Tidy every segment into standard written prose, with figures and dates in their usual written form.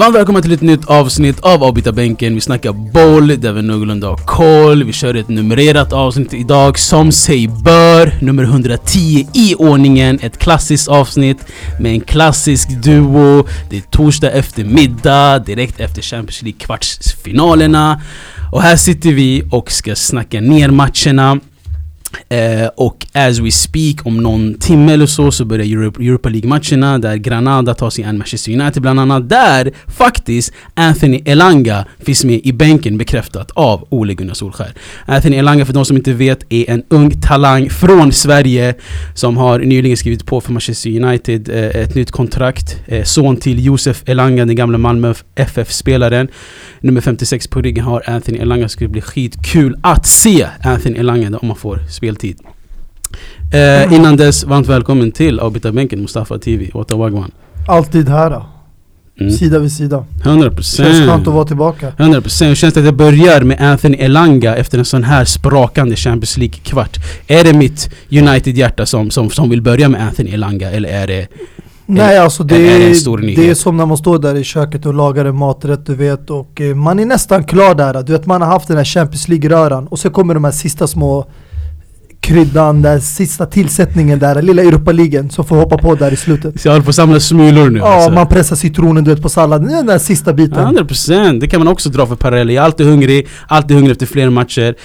Varmt välkomna till ett nytt avsnitt av Avbytarbänken. Vi snackar boll, där vi någorlunda har koll. Vi kör ett numrerat avsnitt idag som sig bör. Nummer 110 i ordningen. Ett klassiskt avsnitt med en klassisk duo. Det är torsdag eftermiddag, direkt efter Champions League kvartsfinalerna. Och här sitter vi och ska snacka ner matcherna. Och as we speak, om någon timme eller så börjar Europa League-matcherna, där Granada tar sig an Manchester United bland annat, där faktiskt Anthony Elanga finns med i bänken, bekräftat av Ole Gunnar Solskjær. Anthony Elanga, för de som inte vet, är en ung talang från Sverige som har nyligen skrivit på för Manchester United ett nytt kontrakt. Son till Josef Elanga, den gamla Malmö FF-spelaren. Nummer 56 på ryggen har Anthony Elanga. Skulle bli skitkul att se Anthony Elanga om man får speltid. Innan dess, varmt välkommen till Avbytarbänken, Mustafa TV, Åta Wagwan. Alltid här då. Sida vid sida. 100%. Känns skönt att vara tillbaka. 100%. Hur känns det att jag börjar med Anthony Elanga efter en sån här sprakande Champions League-kvart? Är det mitt United-hjärta som vill börja med Anthony Elanga, eller är det... Nej, alltså det är som när man står där i köket och lagar en maträtt, du vet, och man är nästan klar där. Du vet, man har haft den här Champions League-röran och så kommer de här sista små kryddan, där sista tillsättningen där, lilla Europa-ligan som får hoppa på där i slutet. Så jag håller på att samla smulor nu. Ja, alltså. Man pressar citronen, du vet, på salladen. Den där sista biten. 100%. Det kan man också dra för paralleller. Jag är alltid hungrig efter fler matcher.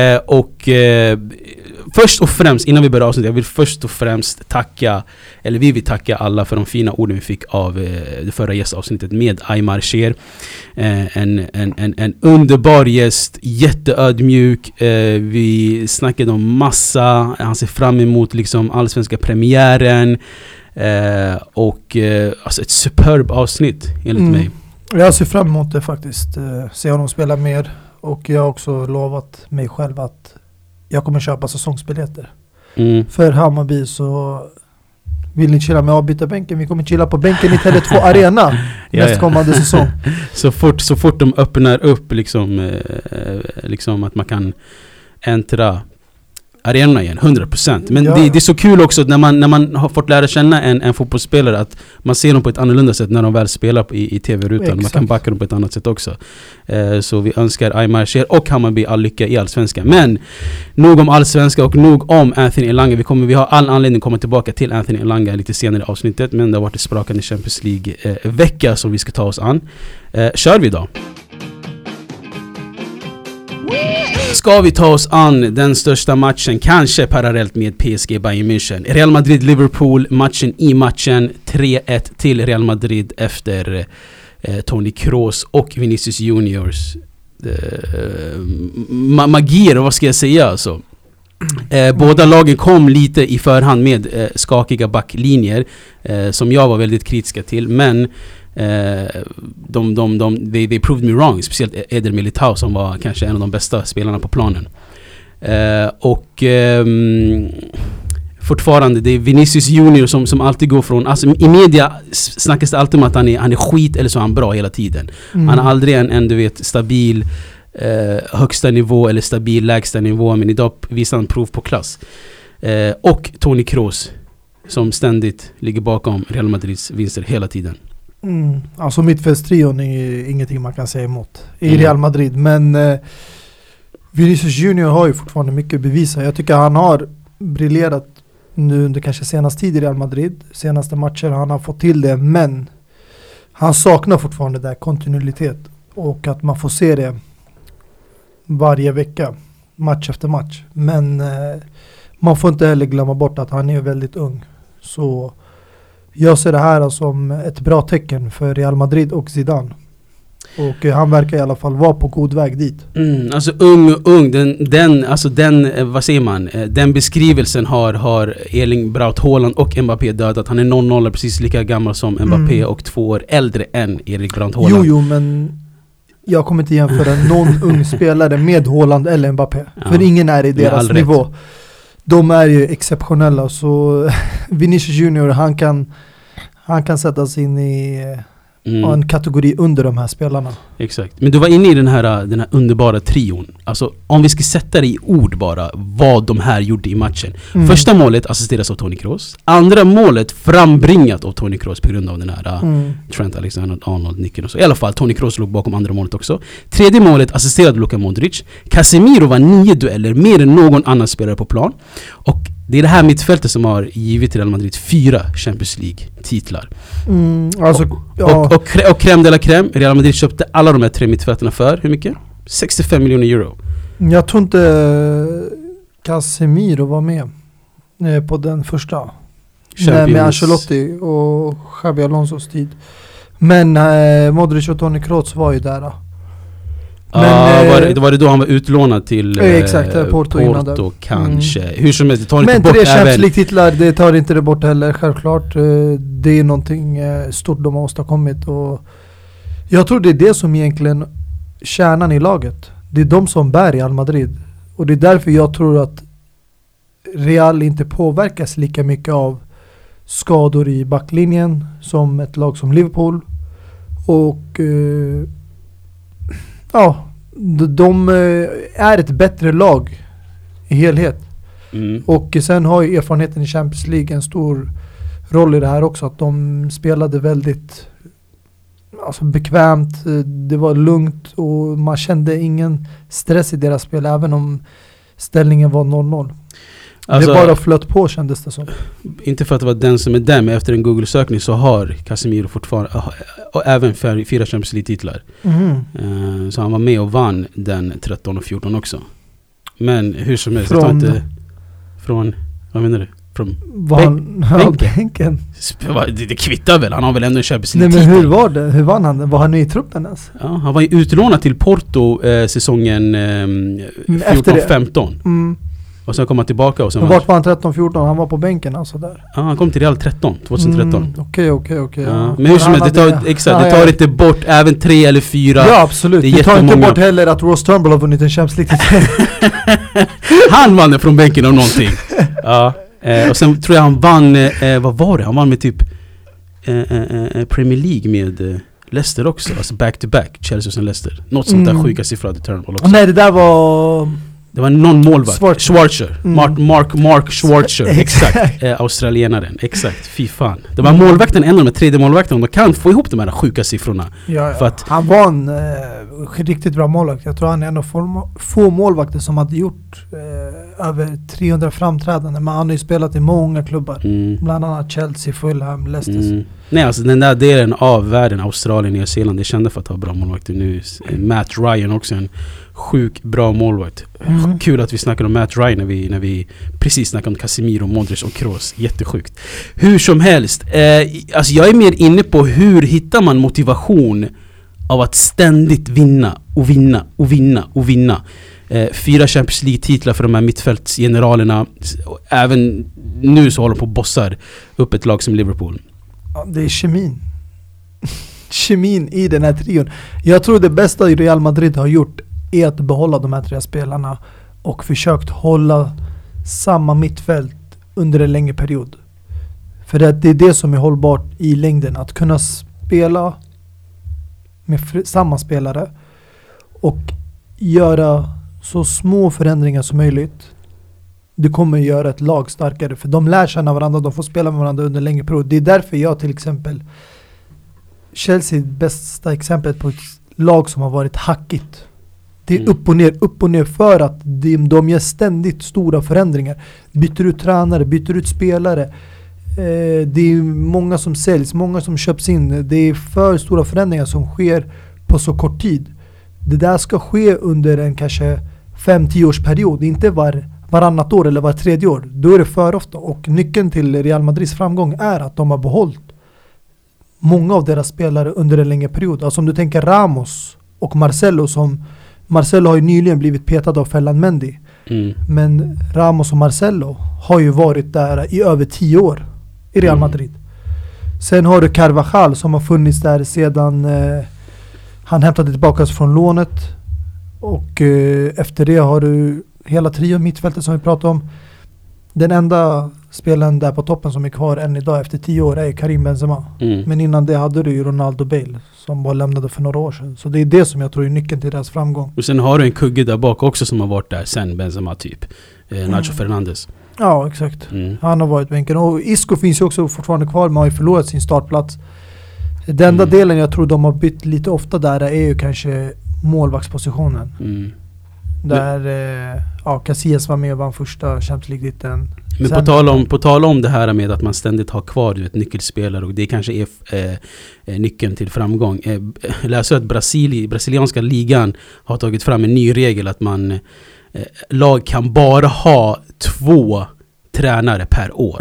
Först och främst, innan vi börjar avsnitt, jag vill först och främst tacka, eller vi vill tacka alla för de fina orden vi fick av det förra gästavsnittet med Aymar Cher. En underbar gäst, jätteödmjuk. Vi snackade om massa, han ser fram emot liksom allsvenska premiären. Alltså ett superb avsnitt enligt mig. Jag ser fram emot det faktiskt. Se honom spela mer. Och jag har också lovat mig själv att jag kommer köpa säsongsbiljetter. För Hammarby, så vill ni chilla med Avbytarbänken, vi kommer chilla på bänken i Tele2 Arena nästkommande säsong. Så fort de öppnar upp liksom att man kan äntra arenorna igen, 100%. Men det är så kul också när man har fått lära känna en fotbollsspelare, att man ser dem på ett annorlunda sätt när de väl spelar i tv-rutan. Exakt. Man kan backa dem på ett annat sätt också. Så vi önskar Aymar Cher och Hammarby all lycka i Allsvenskan. Men nog om Allsvenska och nog om Anthony Elanga. Vi har all anledning att komma tillbaka till Anthony Elanga lite senare i avsnittet, men det har varit ett sprakande Champions League-vecka som vi ska ta oss an. Kör vi då! Ska vi ta oss an den största matchen, kanske parallellt med PSG Bayern München. Real Madrid-Liverpool, matchen 3-1 till Real Madrid efter Toni Kroos och Vinicius Juniors magier, vad ska jag säga alltså. Båda lagen kom lite i förhand med skakiga backlinjer som jag var väldigt kritiska till, men they proved me wrong, speciellt Eder Militao som var kanske en av de bästa spelarna på planen. Fortfarande det är Vinicius Junior som alltid går från, alltså i media snackas det alltid om att han är skit eller så är han bra hela tiden. Han har aldrig en du vet stabil högsta nivå eller stabil lägsta nivå, men idag visar han prov på klass. Och Toni Kroos som ständigt ligger bakom Real Madrids vinster hela tiden. Alltså mittfältstrion är ingenting man kan säga emot i Real Madrid, men Vinicius Junior har ju fortfarande mycket att bevisa. Jag tycker han har briljerat nu under kanske senaste tid i Real Madrid, senaste matcher han har fått till det, men han saknar fortfarande där kontinuitet och att man får se det varje vecka, match efter match. Men man får inte heller glömma bort att han är väldigt ung, så jag ser det här som ett bra tecken för Real Madrid och Zidane. Och han verkar i alla fall vara på god väg dit. Alltså ung, vad säger man? Den beskrivelsen har Erling Braut Haaland och Mbappé dödat. Han är 0-0, precis lika gammal som Mbappé och 2 år äldre än Erling Braut Haaland. Jo, men jag kommer inte jämföra någon ung spelare med Haaland eller Mbappé. Ja, för ingen är i deras nivå. Rätt. De är ju exceptionella, så Vinicius Junior, han kan sättas in i och en kategori under de här spelarna. Exakt. Men du var inne i den här underbara trion. Alltså om vi ska sätta det i ord bara vad de här gjorde i matchen. Första målet assisteras av Toni Kroos. Andra målet frambringat av Toni Kroos på grund av den här Trent Alexander-Arnold nicken och så. I alla fall Toni Kroos låg bakom andra målet också. Tredje målet assisterade Luka Modric. Casemiro var 9 dueller mer än någon annan spelare på plan. Och det är det här mittfältet som har givit Real Madrid 4 Champions League-titlar. Alltså, och crème de la crème, Real Madrid köpte alla de här 3 mittfälterna för, hur mycket? 65 miljoner euro. Jag tror inte Casemiro var med på den första. Med Ancelotti och Xabi Alonsos tid. Men Modric och Toni Kroos var ju där. Men, var det då han var utlånad till exakt, Porto kanske. Hur som helst, det tar inte men bort 3 Champions League-titlar, det tar inte det bort heller, självklart. Det är någonting stort de har åstadkommit. Och jag tror det är det som egentligen kärnan i laget. Det är de som bär Real Madrid. Och det är därför jag tror att Real inte påverkas lika mycket av skador i backlinjen som ett lag som Liverpool. Och de är ett bättre lag i helhet. Och sen har ju erfarenheten i Champions League en stor roll i det här också, att de spelade väldigt bekvämt, det var lugnt och man kände ingen stress i deras spel även om ställningen var 0-0. Alltså, det bara flöt på, kändes det som. Inte för att det var den som är där, men efter en Google-sökning så har Casemiro fortfarande och även 4 Champions League-titlar. Så han var med och vann den 13 och 14 också. Men hur som helst, från vad menar du? Från bänken. Det kvittar väl, han har väl ändå en Champions League-titel. Nej, men hur var det? Hur vann han? Var han i truppen ens? Ja, han var ju utlånad till Porto säsongen 14-15. Och sen kom han tillbaka och sen vart var han 13-14? Han var på bänken alltså där. Ja, han kom till Real 2013. Okej. Ja. Men hur som helst, det tar inte bort även 3 eller 4. Ja, absolut. Det tar inte bort heller att Ross Turnbull har vunnit en Champions League. Han vann det från bänken av någonting. Ja. Och sen tror jag han vann, vad var det? Han vann med typ Premier League med Leicester också. Alltså back to back, Chelsea och sen Leicester. Något sånt där sjuka siffror hade Turnbull också. Nej, det där var... Det var någon målvakt. Schwarzer. Mark Schwarzer. Exakt. Australienaren. Exakt. Fy fan. Det var målvakten, en av de 3D målvakterna. De kan få ihop de här sjuka siffrorna. Ja. För att han var en riktigt bra målvakt. Jag tror han är en av få målvakter som hade gjort över 300 framträdanden. Men han har ju spelat i många klubbar. Bland annat Chelsea, Fulham, Leicester. Nej, alltså den där delen av världen, Australien, Nya Zeeland, det kände för att ha bra målvakter. Nu Matt Ryan också, en sjuk bra målvakt. Kul att vi snackar om Matt Ryan när vi precis snackade om Casemiro, Modric och Kroos. Jättesjukt. Hur som helst, alltså jag är mer inne på hur hittar man motivation av att ständigt vinna. 4 Champions League-titlar för de här mittfältsgeneralerna. Även nu så håller de på att bossar upp ett lag som Liverpool. Ja, det är kemin i den här trion. Jag tror det bästa Real Madrid har gjort är att behålla de här 3 spelarna och försökt hålla samma mittfält under en längre period. För det är det som är hållbart i längden, att kunna spela med samma spelare och göra så små förändringar som möjligt. Det kommer göra ett lag starkare, för de lär känna varandra, de får spela med varandra under en längre period. Det är därför jag till exempel, Chelsea är bästa exemplet på ett lag som har varit hackigt. Det är upp och ner för att de gör ständigt stora förändringar. Byter ut tränare, byter ut spelare. Det är många som säljs, många som köps in. Det är för stora förändringar som sker på så kort tid. Det där ska ske under en kanske 5-10 års period, inte varannat år eller var 3:e år. Då är det för ofta. Och nyckeln till Real Madrids framgång är att de har behållit många av deras spelare under en längre period. Alltså om du tänker Ramos och Marcelo har ju nyligen blivit petad av Ferland Mendy. Men Ramos och Marcelo har ju varit där i över 10 år i Real Madrid. Sen har du Carvajal som har funnits där sedan han hämtade tillbaka från lånet. Och efter det har du hela trio mittfältet som vi pratade om. Den enda spelaren där på toppen som är kvar än idag efter 10 år är Karim Benzema. Men innan det hade du ju Ronaldo Bale som bara lämnade för några år sedan. Så det är det som jag tror är nyckeln till deras framgång. Och sen har du en kugge där bak också som har varit där sen Benzema typ. Nacho Fernandes. Ja, exakt. Han har varit bänken. Och Isco finns ju också fortfarande kvar, men har ju förlorat sin startplats. Den enda delen jag tror de har bytt lite ofta där är ju kanske målvaktspositionen. Där Casillas var med och vann första Champions League-titeln. Men på tal om det här med att man ständigt har kvar ett nyckelspelare, och det kanske är nyckeln till framgång. Läser att brasilianska ligan har tagit fram en ny regel att man lag kan bara ha 2 tränare per år.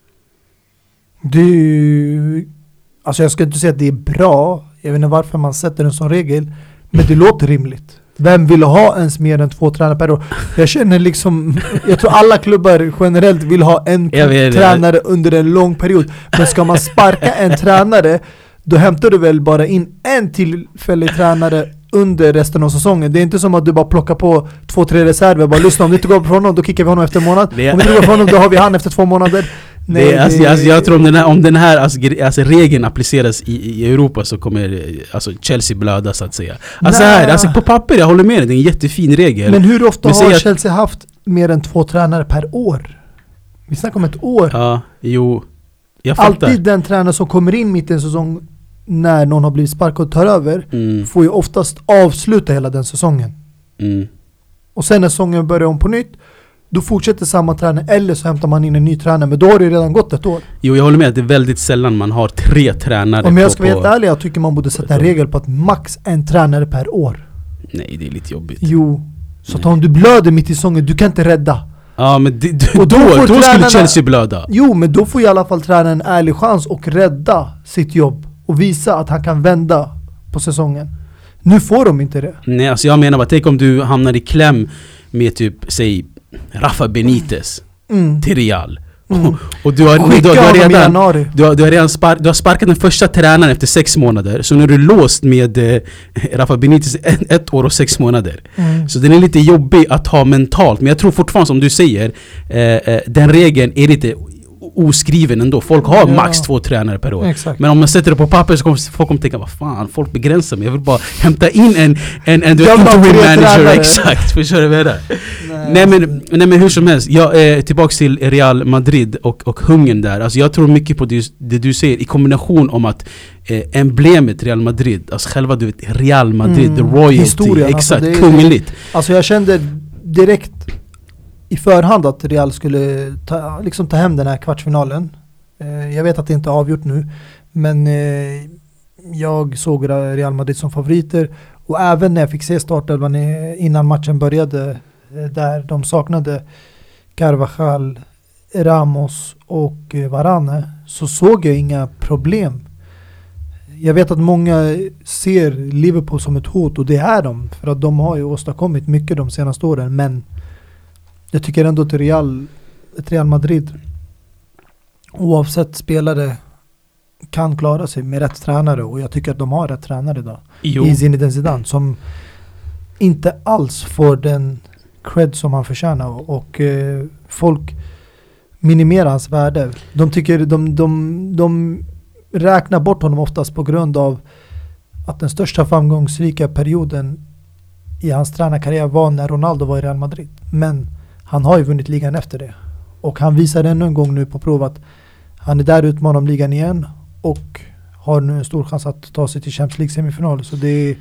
Alltså jag ska inte säga att det är bra. Jag vet inte varför man sätter en sån regel, men det låter rimligt. Vem vill ha ens mer än 2 tränare per år? Jag känner liksom, jag tror alla klubbar generellt vill ha en tränare under en lång period. Men ska man sparka en tränare, då hämtar du väl bara in en tillfällig tränare under resten av säsongen. Det är inte som att du bara plockar på 2-3 reserver. Bara lyssna, om det inte går på honom, då kickar vi honom efter en månad. Om det inte går på honom, då har vi han efter 2 månader. Nej, jag tror om den här regeln appliceras i Europa, så kommer Chelsea blöda så att säga. På papper, jag håller med dig, det är en jättefin regel. Men hur ofta har Chelsea haft mer än 2 tränare per år? Vi snackar om ett år. Ja, jo. Jag fattar. Alltid den tränare som kommer in mitt i en säsong när någon har blivit sparkad och tar över får ju oftast avsluta hela den säsongen. Och sen när säsongen börjar om på nytt, då fortsätter samma tränare, eller så hämtar man in en ny tränare. Men då har det ju redan gått ett år. Jo, jag håller med att det är väldigt sällan man har 3 tränare. Om jag ska vara helt ärlig, jag tycker man borde sätta en regel på att max en tränare per år. Nej, det är lite jobbigt. Jo, så att om du blöder mitt i säsongen, du kan inte rädda. Ja, men då skulle Chelsea blöda. Jo, men då får i alla fall tränaren en ärlig chans och rädda sitt jobb och visa att han kan vända på säsongen. Nu får de inte det. Nej, alltså jag menar bara, tänk om du hamnar i kläm med typ, säg Rafa Benitez till Real. Och du har sparkat den första tränaren efter 6 månader. Så nu är du låst med Rafa Benitez 1 år och 6 månader. Så den är lite jobbig att ha mentalt. Men jag tror fortfarande, som du säger, den regeln är lite oskriven ändå. Folk har max 2 tränare per år. Exakt. Men om man sätter det på papper så kommer folk tänka, vad fan, folk begränsar mig. Jag vill bara hämta in en manager. Exakt, förstår du vad det är? Nej men hur som helst, jag är tillbaka till Real Madrid och hungern där. Alltså jag tror mycket på det du säger i kombination om att emblemet Real Madrid, alltså själva du vet Real Madrid, the royalty, historien, exakt, alltså kungligt. Alltså jag kände direkt i förhand att Real skulle ta hem den här kvartsfinalen. Jag vet att det inte är avgjort nu, men jag såg Real Madrid som favoriter, och även när jag fick se startelvan innan matchen började, där de saknade Carvajal, Ramos och Varane, så såg jag inga problem. Jag vet att många ser Liverpool som ett hot, och det är de, för att de har ju åstadkommit mycket de senaste åren, men jag tycker ändå att ett Real Madrid, oavsett spelare, kan klara sig med rätt tränare, och jag tycker att de har rätt tränare idag. I Zinedine Zidane, som inte alls får den cred som han förtjänar, och folk minimerar hans värde. De tycker de räknar bort honom oftast på grund av att den största framgångsrika perioden i hans tränarkarriär var när Ronaldo var i Real Madrid. Men han har ju vunnit ligan efter det. Och han visar ännu en gång nu på prov att han är där, utmanar om ligan igen, och har nu en stor chans att ta sig till Champions League semifinal. Så det är...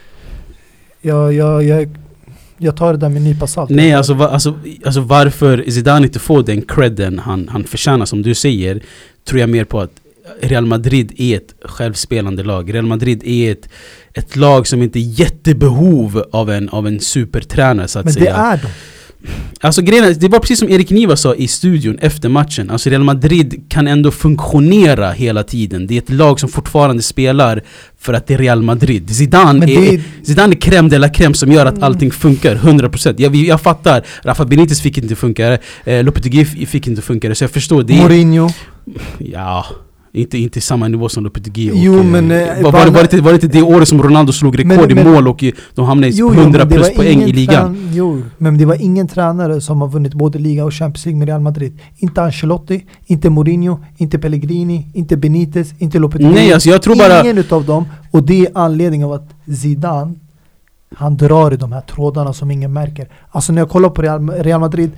Jag tar det där med en nypa salt. Nej, alltså varför Zidane inte får den credden han förtjänar, som du säger, tror jag mer på att Real Madrid är ett självspelande lag. Real Madrid är ett lag som inte är jättebehov av en supertränare, så att säga. Men det är de. Alltså grejen, det var precis som Erik Niva sa i studion efter matchen. Alltså Real Madrid kan ändå funktionera hela tiden. Det är ett lag som fortfarande spelar för att det är Real Madrid. Zidane är crème de la crème som gör att allting funkar 100%. Jag fattar, Rafa Benitez fick inte funka, Lopetegui fick inte funka, så jag förstår det. Mourinho. Ja, Inte samma nivå som Lopetegui. Jo, men var det inte det året som Ronaldo slog rekord i mål och de hamnade på 100 plus poäng i ligan? Men det var ingen tränare som har vunnit både liga och Champions League med Real Madrid. Inte Ancelotti, inte Mourinho, inte Pellegrini, inte Benitez, inte Lopetegui. Nej, alltså jag tror bara ingen utav dem. Och det är anledningen av att Zidane, han drar i de här trådarna som ingen märker. Alltså när jag kollar på Real Madrid,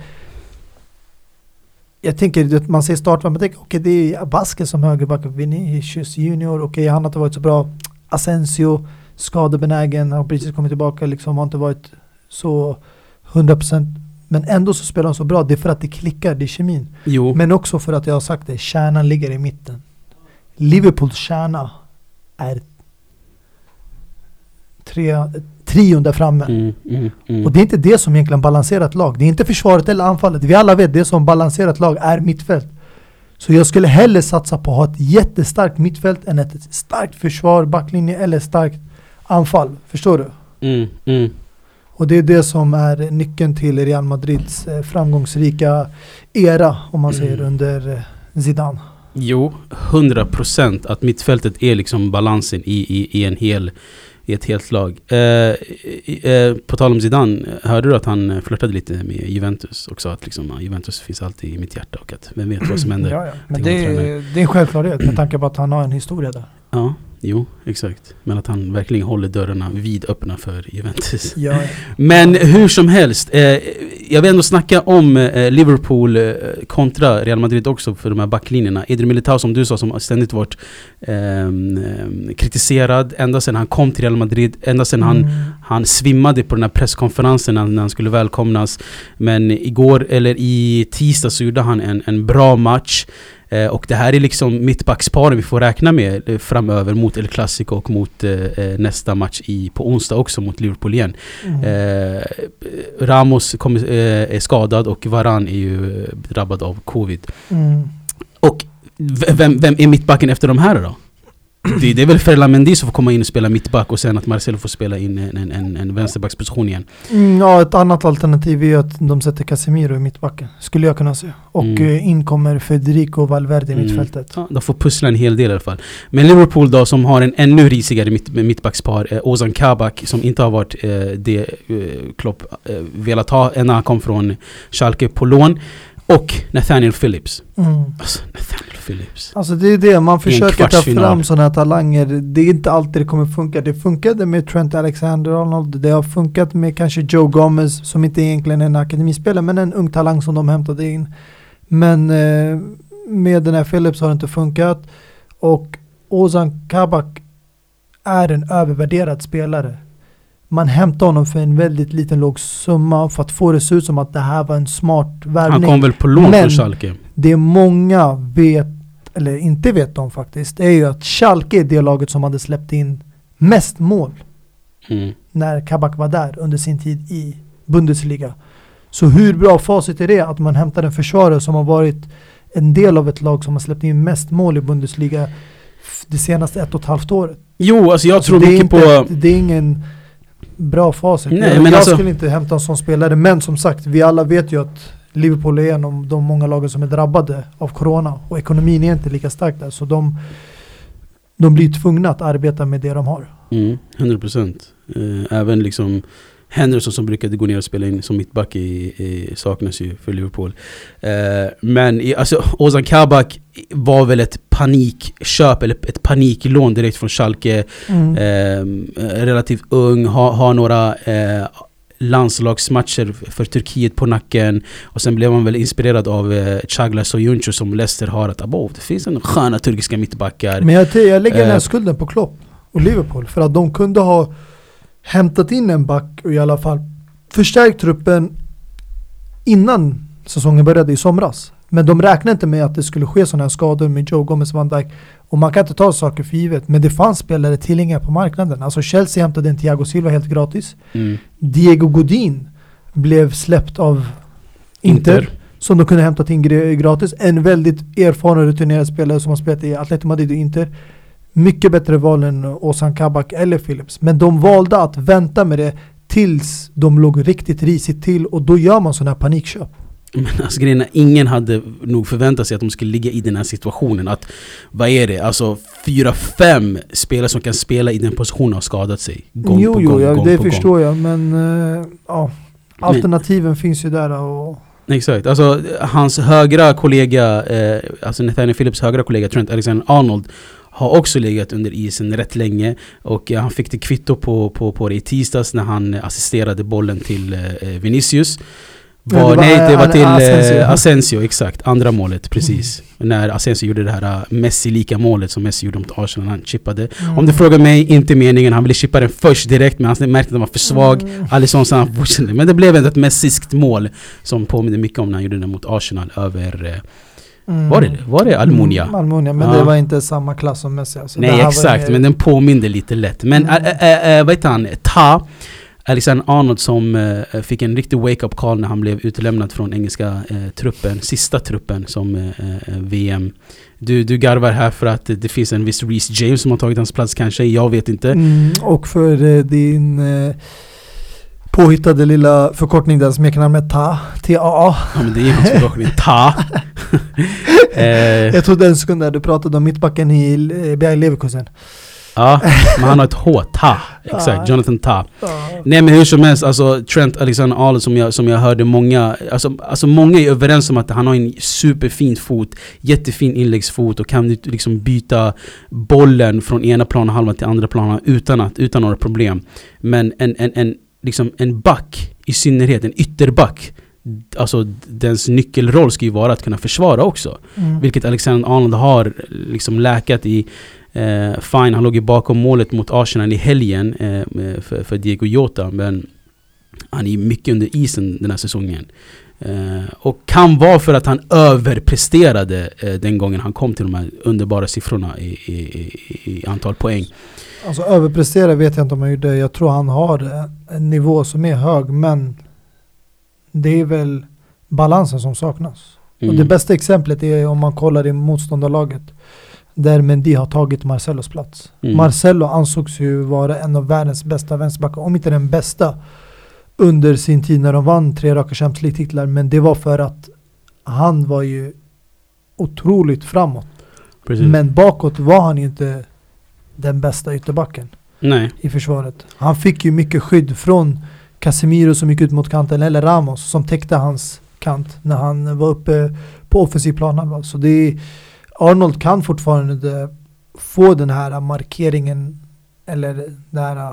jag tänker att man ser startvarv, man tänker okej, det är Vasquez som högerback, Vinicius Junior, okej, han har inte varit så bra. Asensio, skadebenägen, har precis kommit tillbaka, liksom har inte varit så 100%, men ändå så spelar han så bra. Det är för att det klickar, det är kemin. Jo. Men också för att jag har sagt det, kärnan ligger i mitten. Liverpools kärna är trion där framme. Och det är inte det som egentligen balanserar ett lag. Det är inte försvaret eller anfallet. Vi alla vet det som balanserar ett lag är mittfält. Så jag skulle hellre satsa på att ha ett jättestarkt mittfält än ett starkt försvar, backlinje eller starkt anfall. Förstår du? Och det är det som är nyckeln till Real Madrids framgångsrika era, om man säger, under Zidane. Jo, 100% att mittfältet är liksom balansen i ett helt lag. På tal om Zidane, hörde du att han flörtade lite med Juventus och sa att liksom, Juventus finns alltid i mitt hjärta och att vem vet vad som händer. Ja. Men det är en självklarhet med tanke på att han har en historia där. Ja, jo, exakt. Men att han verkligen håller dörrarna vid öppna för Juventus. Ja. Men hur som helst, jag vill ändå snacka om Liverpool kontra Real Madrid också för de här backlinjerna. Eder Militao, som du sa, som ständigt varit kritiserad ända sedan han kom till Real Madrid, ända sedan han svimmade på den här presskonferensen när han skulle välkomnas. Men i tisdag så gjorde han en bra match. Och det här är liksom mittbacksparen vi får räkna med framöver mot El Clasico och mot nästa match på onsdag också mot Liverpool igen. Ramos är skadad och Varane är ju drabbad av covid. Och vem är mittbacken efter de här då? Det är väl Ferland Mendy som får komma in och spela mittback och sen att Marcelo får spela in en vänsterbacksposition igen. Ja, ett annat alternativ är att de sätter Casemiro i mittbacken, skulle jag kunna se. Och in kommer Federico Valverde i mittfältet. Ja, de får pussla en hel del i alla fall. Men Liverpool då, som har en ännu risigare mittbackspar, Ozan Kabak, som inte har varit det Klopp velat ha när han kom från Schalke på lån. Och Nathaniel Phillips. Alltså, Nathaniel Phillips. Alltså det är det, man försöker ta fram sådana här talanger. Det är inte alltid det kommer funka. Det funkade med Trent Alexander-Arnold. Det har funkat med kanske Joe Gomez, som inte egentligen är en akademispelare, men en ung talang som de hämtade in. Men med den här Phillips har det inte funkat. Och Ozan Kabak är en övervärderad spelare. Man hämtar honom för en väldigt liten låg summa för att få det se ut som att det här var en smart värvning. Han kom väl på lån för Schalke. Det många vet, eller inte vet om faktiskt, är ju att Schalke är det laget som hade släppt in mest mål när Kabak var där under sin tid i Bundesliga. Så hur bra facit är det att man hämtar en försvarare som har varit en del av ett lag som har släppt in mest mål i Bundesliga det senaste 1,5 året? Jo, alltså jag tror mycket på... Det är ingen bra facit. Nej, men jag skulle inte hämta en sån spelare, men som sagt, vi alla vet ju att Liverpool är en av de många lagen som är drabbade av corona och ekonomin är inte lika stark där, så de blir tvungna att arbeta med det de har. 100%. Även liksom Henderson som brukade gå ner och spela in som mittback saknas ju för Liverpool. Men alltså Ozan Kabak var väl ett panikköp eller ett paniklån direkt från Schalke. Relativt ung, har några landslagsmatcher för Turkiet på nacken, och sen blev man väl inspirerad av Çağlar Soyuncu som Leicester har, att det finns en sköna turkiska mittbackar. Men jag lägger den här skulden på Klopp och Liverpool för att de kunde ha hämtat in en back och i alla fall förstärkt truppen innan säsongen började i somras. Men de räknade inte med att det skulle ske sådana här skador med Joe Gomez, Van Dijk, och man kan inte ta saker för givet, men det fanns spelare tillgängliga på marknaden. Alltså Chelsea hämtade en Thiago Silva helt gratis. Diego Godin blev släppt av Inter som de kunde hämta in gratis. En väldigt erfaren och rutinerad spelare som har spelat i Atletico Madrid och Inter. Mycket bättre val än Ozan Kabak eller Phillips. Men de valde att vänta med det tills de låg riktigt risigt till, och då gör man sådana här panikköp. Men alltså grejen är, ingen hade nog förväntat sig att de skulle ligga i den här situationen. Att, vad är det? Alltså 4-5 spelare som kan spela i den positionen har skadat sig. Gång på gång. Det förstår jag. Men alternativen finns ju där. Och exakt. Alltså hans högra kollega, alltså Nathaniel Phillips högra kollega Trent Alexander-Arnold har också legat under isen rätt länge. Och han fick det kvitto på det i tisdags när han assisterade bollen till Vinicius. Det var till Asensio, exakt. Andra målet, precis. När Asensio gjorde det här Messi-lika målet som Messi gjorde mot Arsenal, han chippade. Om du frågar mig, inte meningen. Han ville chippa den först direkt, men han märkte att den var för svag. Alisson sa han fortsatte. Men det blev ändå ett messiskt mål som påminner mycket om när han gjorde det mot Arsenal över... Var det Almunia? Almunia, men det var inte samma klass som Messi. Alltså. Nej, exakt, men den påminner lite lätt. Men vad heter han? Alexander-Arnold som fick en riktig wake-up call när han blev utlämnad från engelska truppen, sista truppen som VM. Du garvar här för att det finns en viss Reece James som har tagit hans plats kanske, jag vet inte. Och för din påhittade lilla förkortning där smeknamn med TAA. Ja, men det är inte förkortning. TAA. Jag trodde en sekund där du pratade om mittbacken i Bayer Leverkusen. Ja, men han har ett H, Ta. Exakt, Jonathan Ta. Nej, men hur som helst, alltså Trent Alexander-Arnold som jag hörde många, alltså många är överens om att han har en superfin fot, jättefin inläggsfot och kan liksom byta bollen från ena planhalvan till andra planhalvan utan några problem. Men en back, i synnerhet en ytterback, alltså dens nyckelroll ska ju vara att kunna försvara också. Vilket Alexander-Arnold har liksom läkat i. Fine, han låg ju bakom målet mot Arsenal i helgen för Diego Jota, men han är mycket under isen den här säsongen. Och kan vara för att han överpresterade den gången han kom till de här underbara siffrorna i antal poäng. Alltså överprestera vet jag inte om han gjorde. Jag tror han har en nivå som är hög, men det är väl balansen som saknas. Och det bästa exemplet är om man kollar i motståndarlaget där Mendy har tagit Marcelos plats. Marcelo ansågs ju vara en av världens bästa vänsterbackar, om inte den bästa, under sin tid när de vann 3 raka Champions League-titlar. Men det var för att han var ju otroligt framåt. Precis. Men bakåt var han inte den bästa ytterbacken. Nej. I försvaret. Han fick ju mycket skydd från Casemiro som gick ut mot kanten, eller Ramos som täckte hans kant när han var uppe på offensiv plan. Så det är, Arnold kan fortfarande få den här markeringen eller den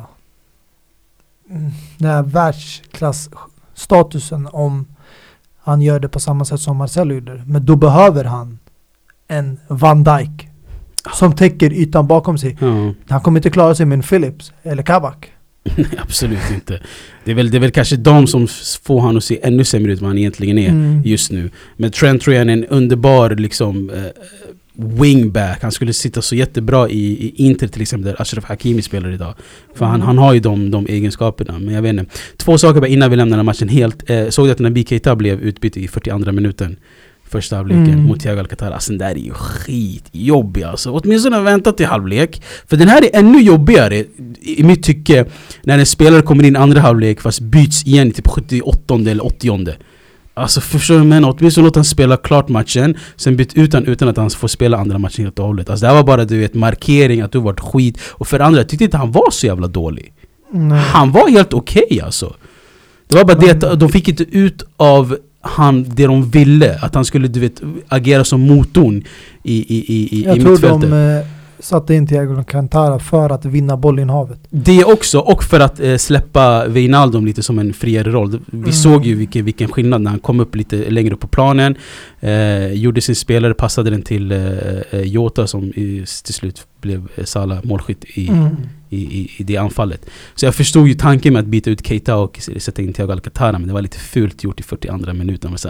här världsklassstatusen om han gör det på samma sätt som Marcelo gjorde. Men då behöver han en Van Dijk som täcker ytan bakom sig. Han kommer inte klara sig med en Phillips eller Kabak. Nej, absolut inte. Det är väl kanske de som får han att se ännu sämre ut vad han egentligen är just nu. Men Trent tror jag är en underbar liksom wingback. Han skulle sitta så jättebra i Inter till exempel, där Achraf Hakimi spelar idag. För han har ju de egenskaperna. Men jag vet inte. 2 saker bara innan vi lämnar den matchen helt. Såg att när Keita blev utbytt i 42 minuten första halvleken mot Thiago Alcantara. Alltså den där är ju skitjobbig alltså. Åtminstone vänta till halvlek. För den här är ännu jobbigare i mitt tycke när en spelare kommer in andra halvlek fast byts igen till 78 eller 80. Alltså förstår du, men åtminstone låt han spela klart matchen, sen byt utan att han får spela andra matchen helt och hållet. Alltså det här var bara, du vet, markering att du varit skit. Och för andra, jag tyckte inte han var så jävla dålig. Han var helt okej alltså. Det var bara det att de fick inte ut av det de ville, att han skulle, du vet, agera som motorn i mittfältet. Jag tror de satte in Thiago Alcantara för att vinna bollinnehavet. Det också, och för att släppa Wijnaldum lite som en friare roll. Vi såg ju vilken skillnad när han kom upp lite längre upp på planen. Gjorde sin spelare, passade den till Jota som till slut blev Salah målskytt i det anfallet. Så jag förstod ju tanken med att byta ut Keita och sätta in Thiago Alcantara, men det var lite fult gjort i 42 minuter. Men så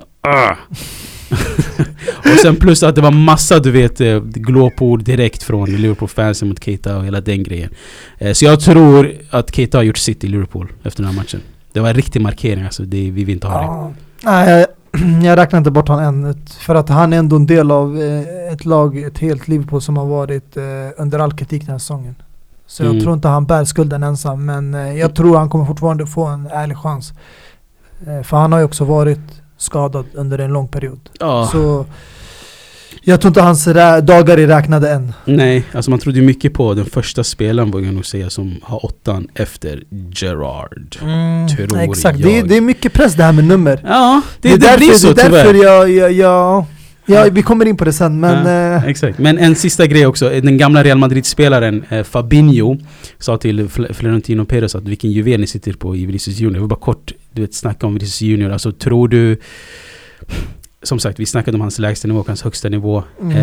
och sen plus att det var massa, du vet, glåpord direkt från Liverpool-fansen mot Keita och hela den grejen. Så jag tror att Keita har gjort sitt i Liverpool efter den här matchen. Det var en riktig markering, alltså vi vill inte ha det. Nej, jag räknar inte bort han än, för att han är ändå en del av ett lag, ett helt Liverpool som har varit under all kritik den här säsongen. Så jag tror inte han bär skulden ensam, men jag tror han kommer fortfarande få en ärlig chans. För han har ju också varit skadad under en lång period. Ja. Så jag tror inte hans dagar är räknade än. Nej, alltså man trodde ju mycket på den första spelaren, vågar jag nog säga, som har 8 efter Gerrard. Tror exakt, jag. det är mycket press det här med nummer. Ja, det blir så det är tyvärr. därför jag vi kommer in på det sen, men exakt. Men en sista grej också. Den gamla Real Madrid-spelaren Fabinho sa till Florentino Perez att vilken juvel ni sitter på i Vinicius Junior. Jag vill bara kort snacka om Vinicius Junior. Alltså tror du, som sagt, vi snackade om hans lägsta nivå och hans högsta nivå.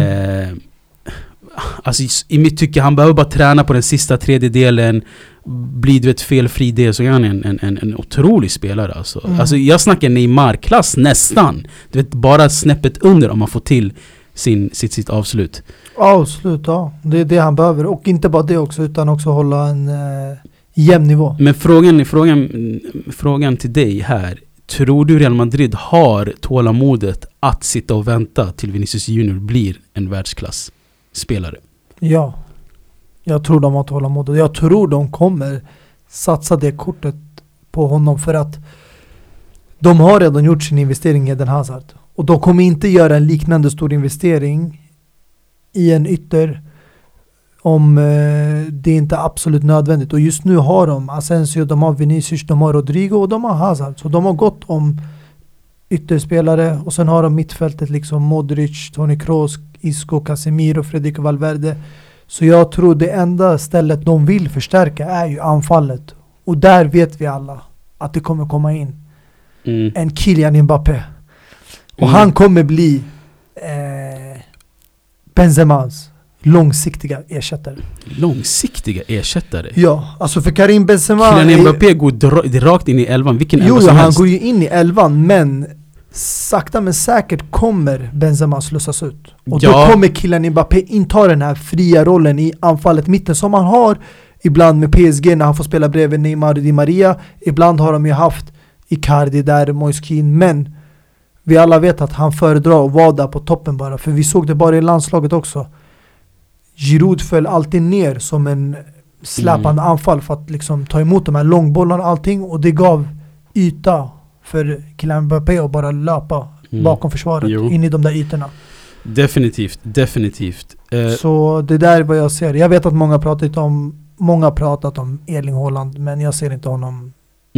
Alltså i mitt tycke, han behöver bara träna på den sista tredjedelen, blir du ett felfri del, så är han en otrolig spelare alltså. Alltså jag snackar Neymar-klass nästan. Du vet, bara snäppet under om man får till sitt avslut. Avslut, ja. Det är det han behöver. Och inte bara det också, utan också hålla en jämn nivå. Men frågan till dig här. Tror du Real Madrid har tålamodet att sitta och vänta till Vinicius Junior blir en världsklass-spelare? Ja. Jag tror de har tålamodet. Jag tror de kommer satsa det kortet på honom, för att de har redan gjort sin investering i Eden Hazard. Och de kommer inte göra en liknande stor investering i en ytter om det inte är absolut nödvändigt. Och just nu har de Asensio, de har Vinicius, de har Rodrigo och de har Hazard. Så de har gått om ytterspelare, och sen har de mittfältet liksom Modric, Toni Kroos, Isco, Casemiro, Federico Valverde. Så jag tror det enda stället de vill förstärka är ju anfallet. Och där vet vi alla att det kommer komma in en Kylian Mbappé. Och han kommer bli Benzemas långsiktiga ersättare. Långsiktiga ersättare? Ja, alltså för Karim Benzema... Kylian Mbappé går rakt in i 11. Vilken 11 som han helst. går ju in i 11, men sakta men säkert kommer Benzema slussas ut. Och då kommer Kylian Mbappé inta den här fria rollen i anfallet mitten som han har ibland med PSG när han får spela bredvid Neymar och Di Maria. Ibland har de ju haft Icardi där, Moise Kean, men vi alla vet att han föredrar att vara där på toppen bara. För vi såg det bara i landslaget också. Giroud föll alltid ner som en släpande anfall för att liksom ta emot de här långbollarna och allting. Och det gav yta för Kylian Mbappé att bara löpa bakom försvaret in i de där ytorna. Definitivt. Så det där är vad jag ser. Jag vet att många har pratat om Erling Haaland, men jag ser inte honom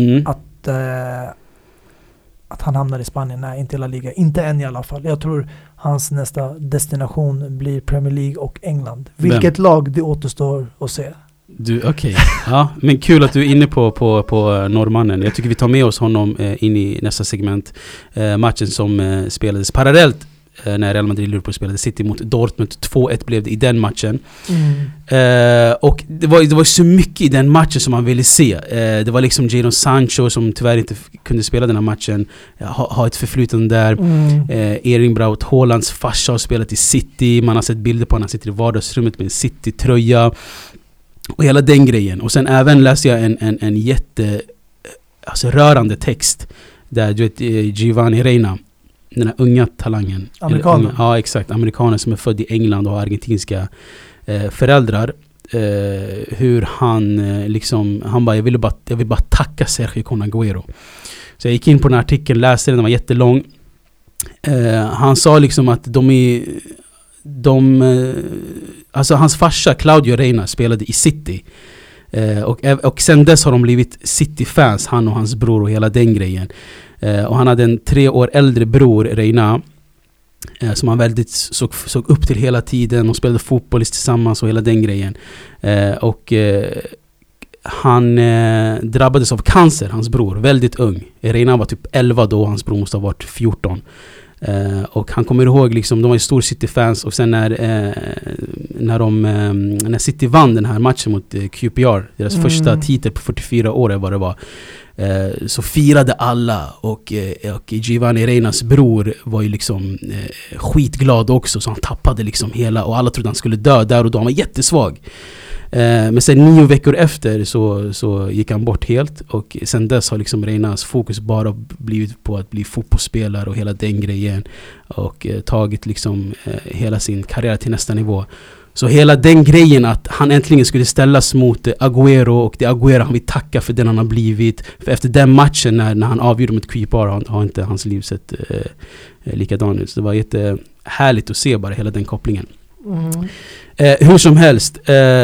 att han hamnar i Spanien. Nej, inte hela liga. Inte än i alla fall. Jag tror hans nästa destination blir Premier League och England. Vilket lag det återstår att se. Okej. Ja, men kul att du är inne på norrmannen. Jag tycker vi tar med oss honom in i nästa segment. Matchen som spelades parallellt när Real Madrid-Liverpool spelade City mot Dortmund. 2-1 blev det i den matchen. Och det var så mycket i den matchen som man ville se. Det var liksom Jadon Sancho som tyvärr inte kunde spela den här matchen. Ha ett förflytande där. Erling Braut Haalands farsa har spelat i City. Man har sett bilder på honom. Han sitter i vardagsrummet med en City-tröja. Och hela den grejen. Och sen även läste jag en rörande text där du vet Giovanni Reina, den här unga talangen. Amerikanen. Ja, exakt. Amerikanen som är född i England och har argentinska föräldrar. Hur han han bara, jag vill bara tacka Sergio Kun Agüero. Så jag gick in på den här artikeln, läste den var jättelång. Han sa liksom att alltså hans farsa Claudio Reina spelade i City. Och sen dess har de blivit City-fans, han och hans bror och hela den grejen. Och han hade en 3 år äldre bror, Reina, som han väldigt såg upp till hela tiden och spelade fotboll tillsammans och hela den grejen. Han drabbades av cancer, hans bror, väldigt ung. Reina var typ 11 då, hans bror måste ha varit 14. Och han kommer ihåg liksom, de var ju stor City-fans, och sen när City vann den här matchen mot QPR, deras första titel på 44 år vad det var, så firade alla, och Giovanni Reinas bror var ju liksom skitglad också, så han tappade liksom hela, och alla trodde han skulle dö där och då, han var jättesvag. Men sen 9 veckor efter så gick han bort helt, och sen dess har liksom Reinas fokus bara blivit på att bli fotbollsspelare och hela den grejen, och tagit liksom hela sin karriär till nästa nivå. Så hela den grejen att han äntligen skulle ställas mot Agüero, och det Agüero han vill tacka för den han har blivit. För efter den matchen när han avgjorde mot Krypar har inte hans liv sett likadan ut. Så det var jättehärligt att se bara hela den kopplingen. Hur som helst,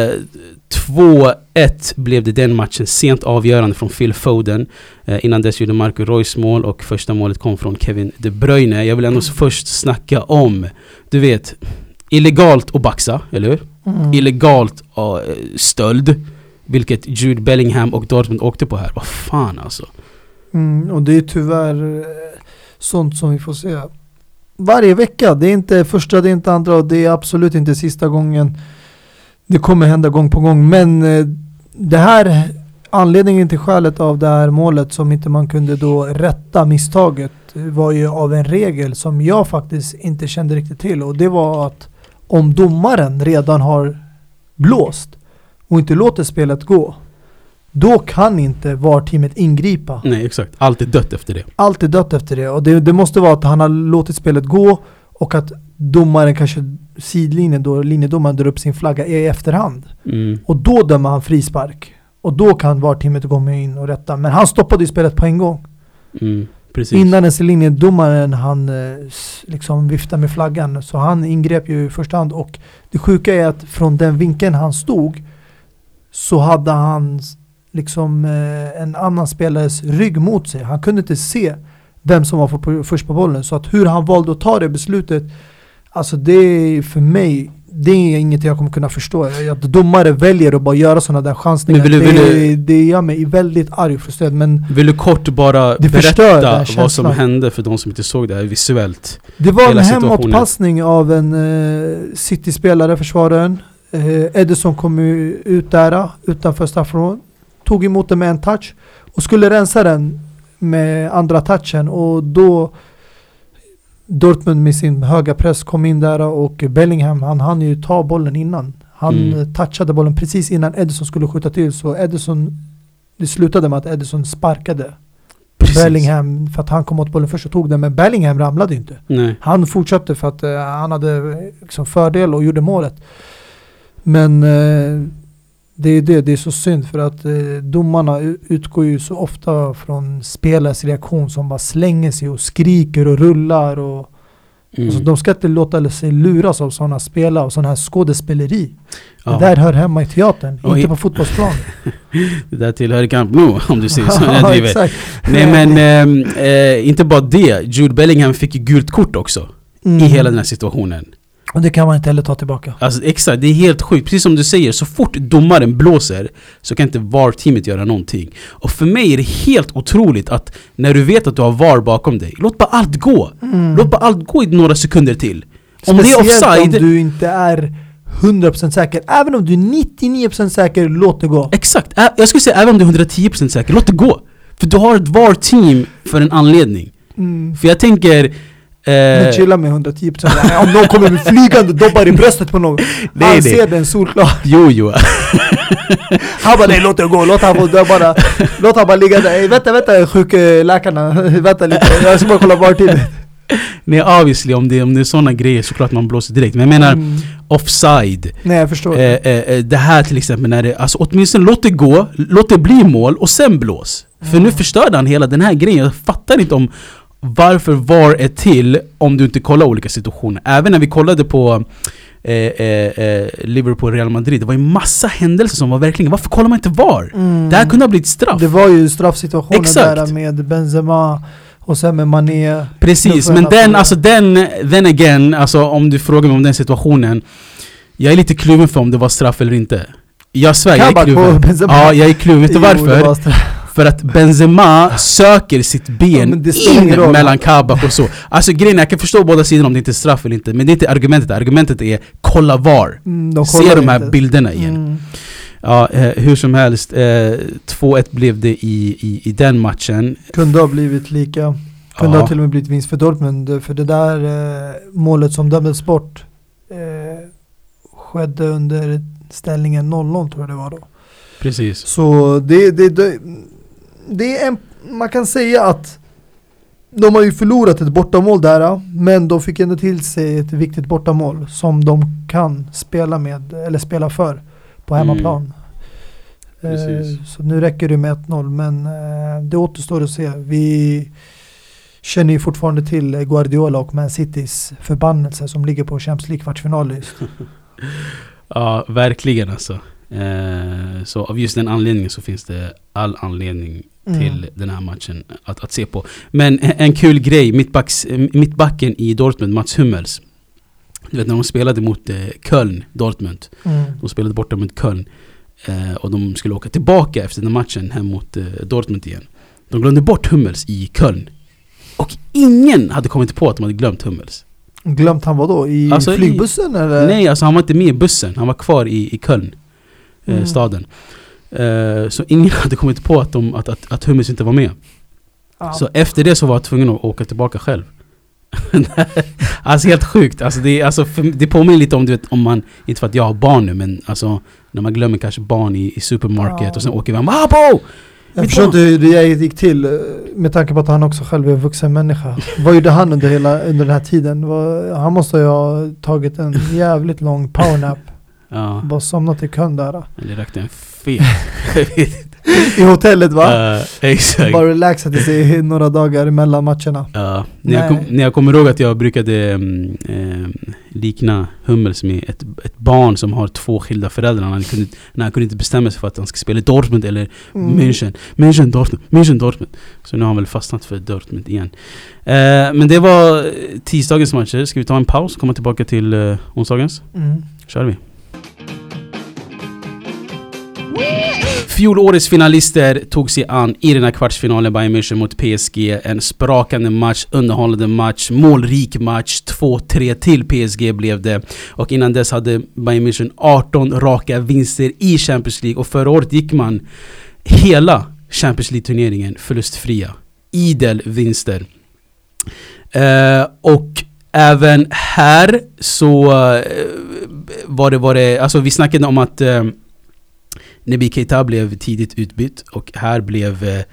2-1 blev det den matchen, sent avgörande från Phil Foden. Innan dess gjorde Marco Reus mål och första målet kom från Kevin De Bruyne. Jag vill ändå först snacka om, du vet, illegalt att baxa, eller hur? Illegalt stöld, vilket Jude Bellingham och Dortmund åkte på här. Vad fan alltså. Och det är tyvärr sånt som vi får se varje vecka. Det är inte första, det är inte andra, och det är absolut inte sista gången. Det kommer hända gång på gång. Men det här, anledningen till skälet av det här målet som inte man kunde då rätta misstaget, var ju av en regel som jag faktiskt inte kände riktigt till. Och det var att om domaren redan har blåst och inte låter spelet gå, då kan inte VAR-teamet ingripa. Nej, exakt. Allt är dött efter det. Allt är dött efter det. Och det måste vara att han har låtit spelet gå och att domaren kanske sidlinjen då, linjedomaren drar upp sin flagga i efterhand. Och då dömer han frispark. Och då kan VAR-teamet gå med in och rätta. Men han stoppade ju spelet på en gång. Precis. Innan ens linjedomaren han liksom viftar med flaggan. Så han ingrep ju i första hand. Och det sjuka är att från den vinkeln han stod så hade han liksom en annan spelares rygg mot sig. Han kunde inte se vem som var först på bollen. Så att hur han valde att ta det beslutet, alltså det är för mig, det är inget jag kommer kunna förstå. Att domare väljer att bara göra sådana där chansningar. Det gör mig väldigt arg och frustrerad. Men vill du kort bara berätta vad som hände för de som inte såg det här visuellt? Det var en hemåtpassning av en City-spelare, försvararen. Ederson kom ut där utanför straffområdet, tog emot den med en touch och skulle rensa den med andra touchen, och då Dortmund med sin höga press kom in där, och Bellingham, han hann ju ta bollen innan. Han touchade bollen precis innan Ederson skulle skjuta till, så det slutade med att Ederson sparkade Bellingham för att han kom åt bollen först och tog den, men Bellingham ramlade inte. Nej. Han fortsatte för att han hade liksom fördel och gjorde målet. Men det är så synd, för att domarna utgår ju så ofta från spelares reaktion som bara slänger sig och skriker och rullar och alltså, de ska inte låta sig luras av sådana spelare och sådana här skådespeleri. Ja. Det där hör hemma i teatern, inte på fotbollsplan. Det där tillhör Camp Nou, om du säger så. Ja, exakt. Nej, men inte bara det. Jude Bellingham fick ju gult kort också i hela den här situationen. Och det kan man inte heller ta tillbaka. Alltså exakt, det är helt sjukt. Precis som du säger, så fort domaren blåser så kan inte VAR-teamet göra någonting. Och för mig är det helt otroligt att när du vet att du har VAR bakom dig, låt bara allt gå. Låt bara allt gå i några sekunder till. Om det är offside, om du inte är 100% säker. Även om du är 99% säker, låt det gå. Exakt, jag skulle säga även om du är 110% säker, låt det gå. För du har ett VAR-team för en anledning. För jag tänker nu chilla med 110%. Om någon kommer med flygande dobbar i bröstet på någon, han ser den solklar. Jo. Han bara, nej, låt det gå. Låt han bara ligga där. Vänta, sjukläkarna. Vänta lite, jag ska bara kolla var tid. Nej, obviously, om det är sådana grejer så klart man blåser direkt. Men jag menar, offside. Nej, jag förstår. Det här till exempel, när det, alltså, åtminstone låt det gå, låt det bli mål och sen blås. För nu förstörde han hela den här grejen. Jag fattar inte om varför VAR är till om du inte kollar olika situationer. Även när vi kollade på Liverpool Real Madrid, det var ju massa händelser som var verkligen, varför kollar man inte VAR? Det här kunde ha blivit straff. Det var ju straffsituationen där med Benzema och sen med Mané. Precis, men den again, alltså om du frågar mig om den situationen, jag är lite kluven för om det var straff eller inte. Jag svär, jag är kluven. Ja, jag är kluven. Vet du varför? För att Benzema söker sitt ben in mellan Kabak och så. Alltså grejen, jag kan förstå båda sidorna om det inte är straff eller inte. Men det är inte argumentet. Argumentet är kolla VAR. Se de här bilderna igen. Ja, hur som helst. 2-1 blev det i den matchen. Kunde ha blivit lika. Kunde ha till och med blivit vinst för Dortmund. För det där målet som dömdes bort skedde under ställningen 0-0, tror jag det var då. Precis. Så det är man kan säga att de har ju förlorat ett bortamål där, men de fick ändå till sig ett viktigt bortamål som de kan spela med, eller spela för på hemmaplan. Så nu räcker det med 1-0, men det återstår att se. Vi känner ju fortfarande till Guardiola och Man Citys förbannelse som ligger på Champions League kvartsfinal. Ja, verkligen alltså. Så av just den anledningen så finns det all anledning till den här matchen att se på. Men en kul grej, mittbacken i Dortmund, Mats Hummels. Du vet när de spelade mot Köln, Dortmund. De spelade borta mot Köln. Och de skulle åka tillbaka efter den matchen hem mot Dortmund igen. De glömde bort Hummels i Köln. Och ingen hade kommit på att de hade glömt Hummels. Glömt han var då? I alltså flygbussen? Eller? Nej, alltså han var inte med i bussen. Han var kvar i Köln, staden. Så ingen hade kommit på att Hummels inte var med. Så efter det så var jag tvungen att åka tillbaka själv. Alltså helt sjukt. Alltså det påminner lite om, du vet, om man, inte för att jag har barn nu, men alltså när man glömmer kanske barn i supermarket och sen åker vi jag förstår inte hur det gick till med tanke på att han också själv är en vuxen människa. Vad gjorde han under den här tiden? Han måste ju ha tagit en jävligt lång powernap. Bara somnat i kön där. Eller räckte en fet. I hotellet, va? Exakt. Bara relaxade sig några dagar mellan matcherna. När jag kommer ihåg att jag brukade likna Hummels med ett barn som har två skilda föräldrar. Han kunde inte bestämma sig för att han ska spela Dortmund eller München, Dortmund. Så nu har han väl fastnat för Dortmund igen. Men det var tisdagens matcher. Ska vi ta en paus och komma tillbaka till onsdagens? Kör vi. Fjolårets finalister tog sig an i den här kvartsfinalen Bayern München mot PSG. En sprakande match, underhållande match, målrik match. 2-3 till PSG blev det. Och innan dess hade Bayern München 18 raka vinster i Champions League. Och förra året gick man hela Champions League-turneringen förlustfria. Idel vinster. Och även här så var det alltså vi snackade om att Naby Keita blev tidigt utbytt och här blev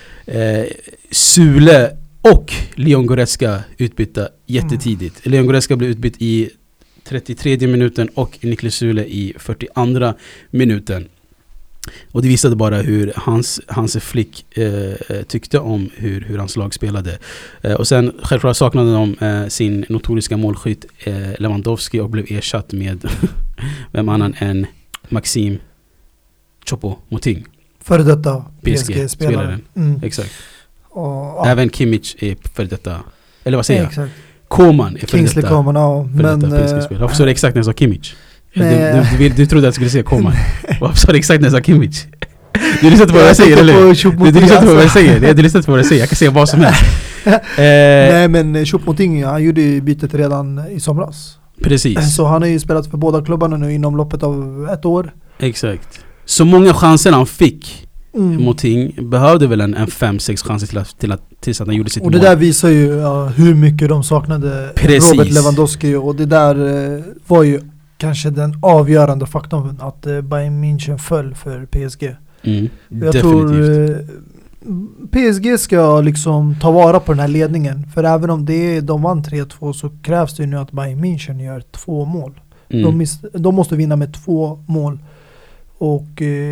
Sule och Leon Goretzka utbytta jättetidigt. Leon Goretzka blev utbytt i 33 minuten och Niklas Sule i 42 minuten. Och det visade bara hur hans flick tyckte om hur hans lag spelade. Och sen självklart saknade de sin notoriska målskytt Lewandowski och blev ersatt med vem annan än Maxim Choupo-Moting. Före detta PSG-spelaren. Exakt. Även Kimmich är före detta. Eller vad säger jag? Exakt. Koman är före Kingsley detta. Coman, ja. Men PSG-spelare. Varför sa du exakt när jag sa Kimmich? Du trodde att jag skulle säga Koman. Varför sa du exakt när jag sa Kimmich? Du lyssnar på vad jag säger, eller? Du lyssnar på vad jag säger. Du lyssnar på vad jag säger. Jag kan säga vad som helst. Nej, men Choupo-Moting, han gjorde bytet redan i somras. Precis. Så han har ju spelat för båda klubbarna nu inom loppet av 1 år. Exakt. Så många chanser han fick Moting behövde väl en 5-6 chanser tills att han gjorde sitt mål. Och det där visar ju hur mycket de saknade Robert Lewandowski. Och det där var ju kanske den avgörande faktorn att Bayern München föll för PSG. Jag tror PSG ska liksom ta vara på den här ledningen. För även om de vann 3-2 så krävs det ju nu att Bayern München gör 2 mål. De måste vinna med 2 mål. Och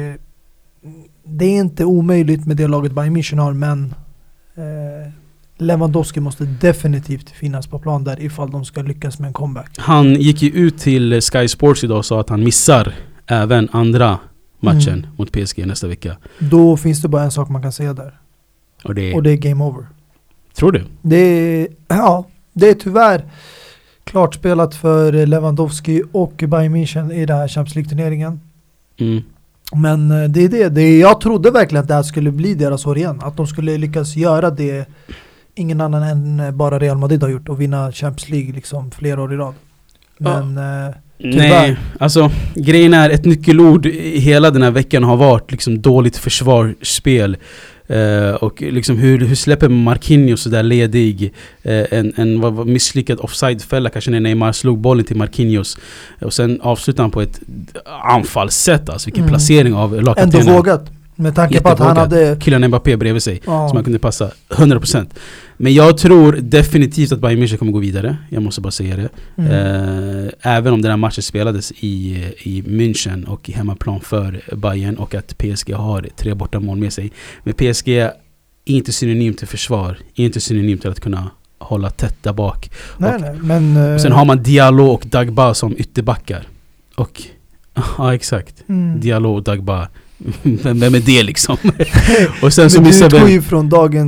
det är inte omöjligt med det laget Bayern München har, men Lewandowski måste definitivt finnas på plan där ifall de ska lyckas med en comeback. Han gick ju ut till Sky Sports idag och sa att han missar även andra matchen mot PSG nästa vecka. Då finns det bara en sak man kan säga där. Och det är game over. Tror du? Det är tyvärr klart spelat för Lewandowski och Bayern München i den här Champions League-turneringen. Men det är det. Jag trodde verkligen att det här skulle bli deras år igen. Att de skulle lyckas göra det ingen annan än bara Real Madrid har gjort och vinna Champions League liksom flera år i rad. Men nej, alltså grejen är ett nyckelord hela den här veckan har varit liksom dåligt försvarsspel. Och liksom hur släpper Marquinhos så där ledig en misslyckad offside-fälla kanske när Neymar slog bollen till Marquinhos och sen avslutar han på ett anfallssätt, alltså vilken placering av lagkaptenen. Ändå vågat med tanke på att han hade Kylian Mbappé bredvid sig som han kunde passa 100%. Men jag tror definitivt att Bayern München kommer gå vidare. Jag måste bara säga det. Även om den här matchen spelades i München och i hemmaplan för Bayern och att PSG har 3 bortamål med sig. Men PSG är inte synonymt till försvar. Inte synonymt till att kunna hålla tätt där bak. Nej, men... Sen har man Diallo och Dagba som ytterbackar. Och... Ja, exakt. Diallo och Dagba. Vem är det liksom? Och sen så missar vi ju från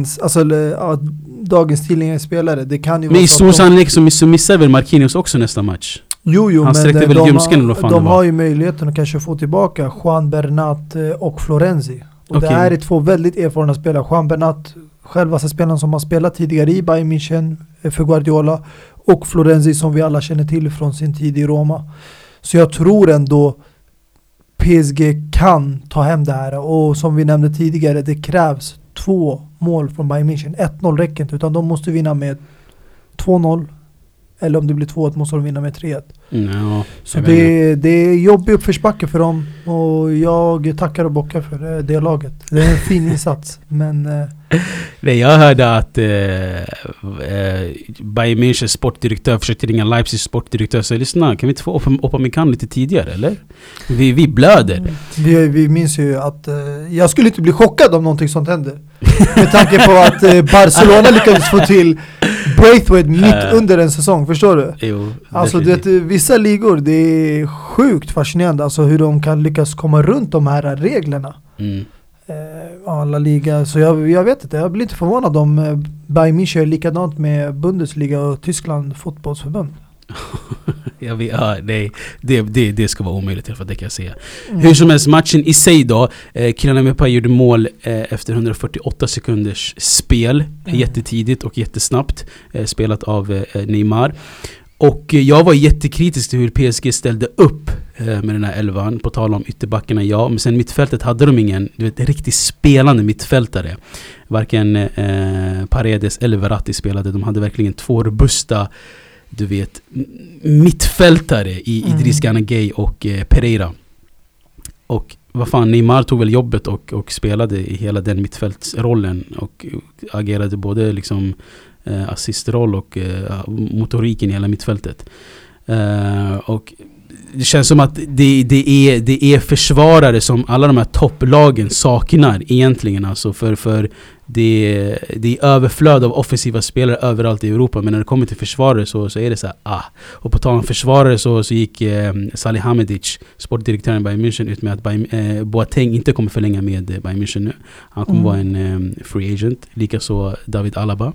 dagens tillgängliga spelare. Det kan ju men i stor sannolikhet så missar väl Marquinhos också nästa match. Jo, han sträckte väl ljumsken eller vad fan de har ju möjligheten att kanske få tillbaka Juan Bernat och Florenzi. Och det här är 2 väldigt erfarna spelare. Juan Bernat, självaste spelaren som har spelat tidigare i Bayern München för Guardiola, och Florenzi som vi alla känner till från sin tid i Roma. Så jag tror ändå PSG kan ta hem det här, och som vi nämnde tidigare, det krävs 2 mål från Bayern München. 1-0 räcker inte, utan de måste vinna med 2-0, eller om det blir 2-1 måste de vinna med 3-1. Så det är jobbig uppförsbacke för dem, och jag tackar och bockar för det laget. Det är en fin insats, men... Nej, jag hörde att Bayern Münchens sportdirektör försökte ringa Leipzigs sportdirektör, så lyssna, kan vi inte få Upamecano lite tidigare, eller? Vi blöder. Vi minns ju att jag skulle inte bli chockad om någonting sånt händer. Med tanke på att Barcelona lyckades få till Braithwaite mitt under en säsong, förstår du? Jo, alltså vissa ligor, det är sjukt fascinerande alltså hur de kan lyckas komma runt de här reglerna. Alla liga, så jag vet inte, jag blir inte förvånad om Bayern München är likadant med Bundesliga och Tyskland fotbollsförbund. Det ska vara omöjligt, för det kan jag säga. Hur som helst, matchen i sig då, Kylian Mbappé gjorde mål efter 148 sekunders spel, jättetidigt och jättesnabbt, spelat av Neymar. Och jag var jättekritisk till hur PSG ställde upp med den här 11:an, på tal om ytterbackarna, ja, men sen mittfältet hade de ingen riktigt spelande mittfältare. Varken Paredes eller Verratti spelade. De hade verkligen 2 robusta, mittfältare i Idriss Gana Gueye och Pereira. Och vad fan, Neymar tog väl jobbet och spelade i hela den mittfältsrollen och agerade både liksom assitroll och motoriken i hela mittfältet. Och det känns som att det är försvarare som alla de här topplagen saknar egentligen, alltså för det är överflöd av offensiva spelare överallt i Europa, men när det kommer till försvarare så är det så här, Och på tal om försvarare så gick Salihamidzic, sportdirektören i Bayern München, ut med att Boateng inte kommer förlänga med Bayern München nu. Han kommer vara en free agent, likaså David Alaba.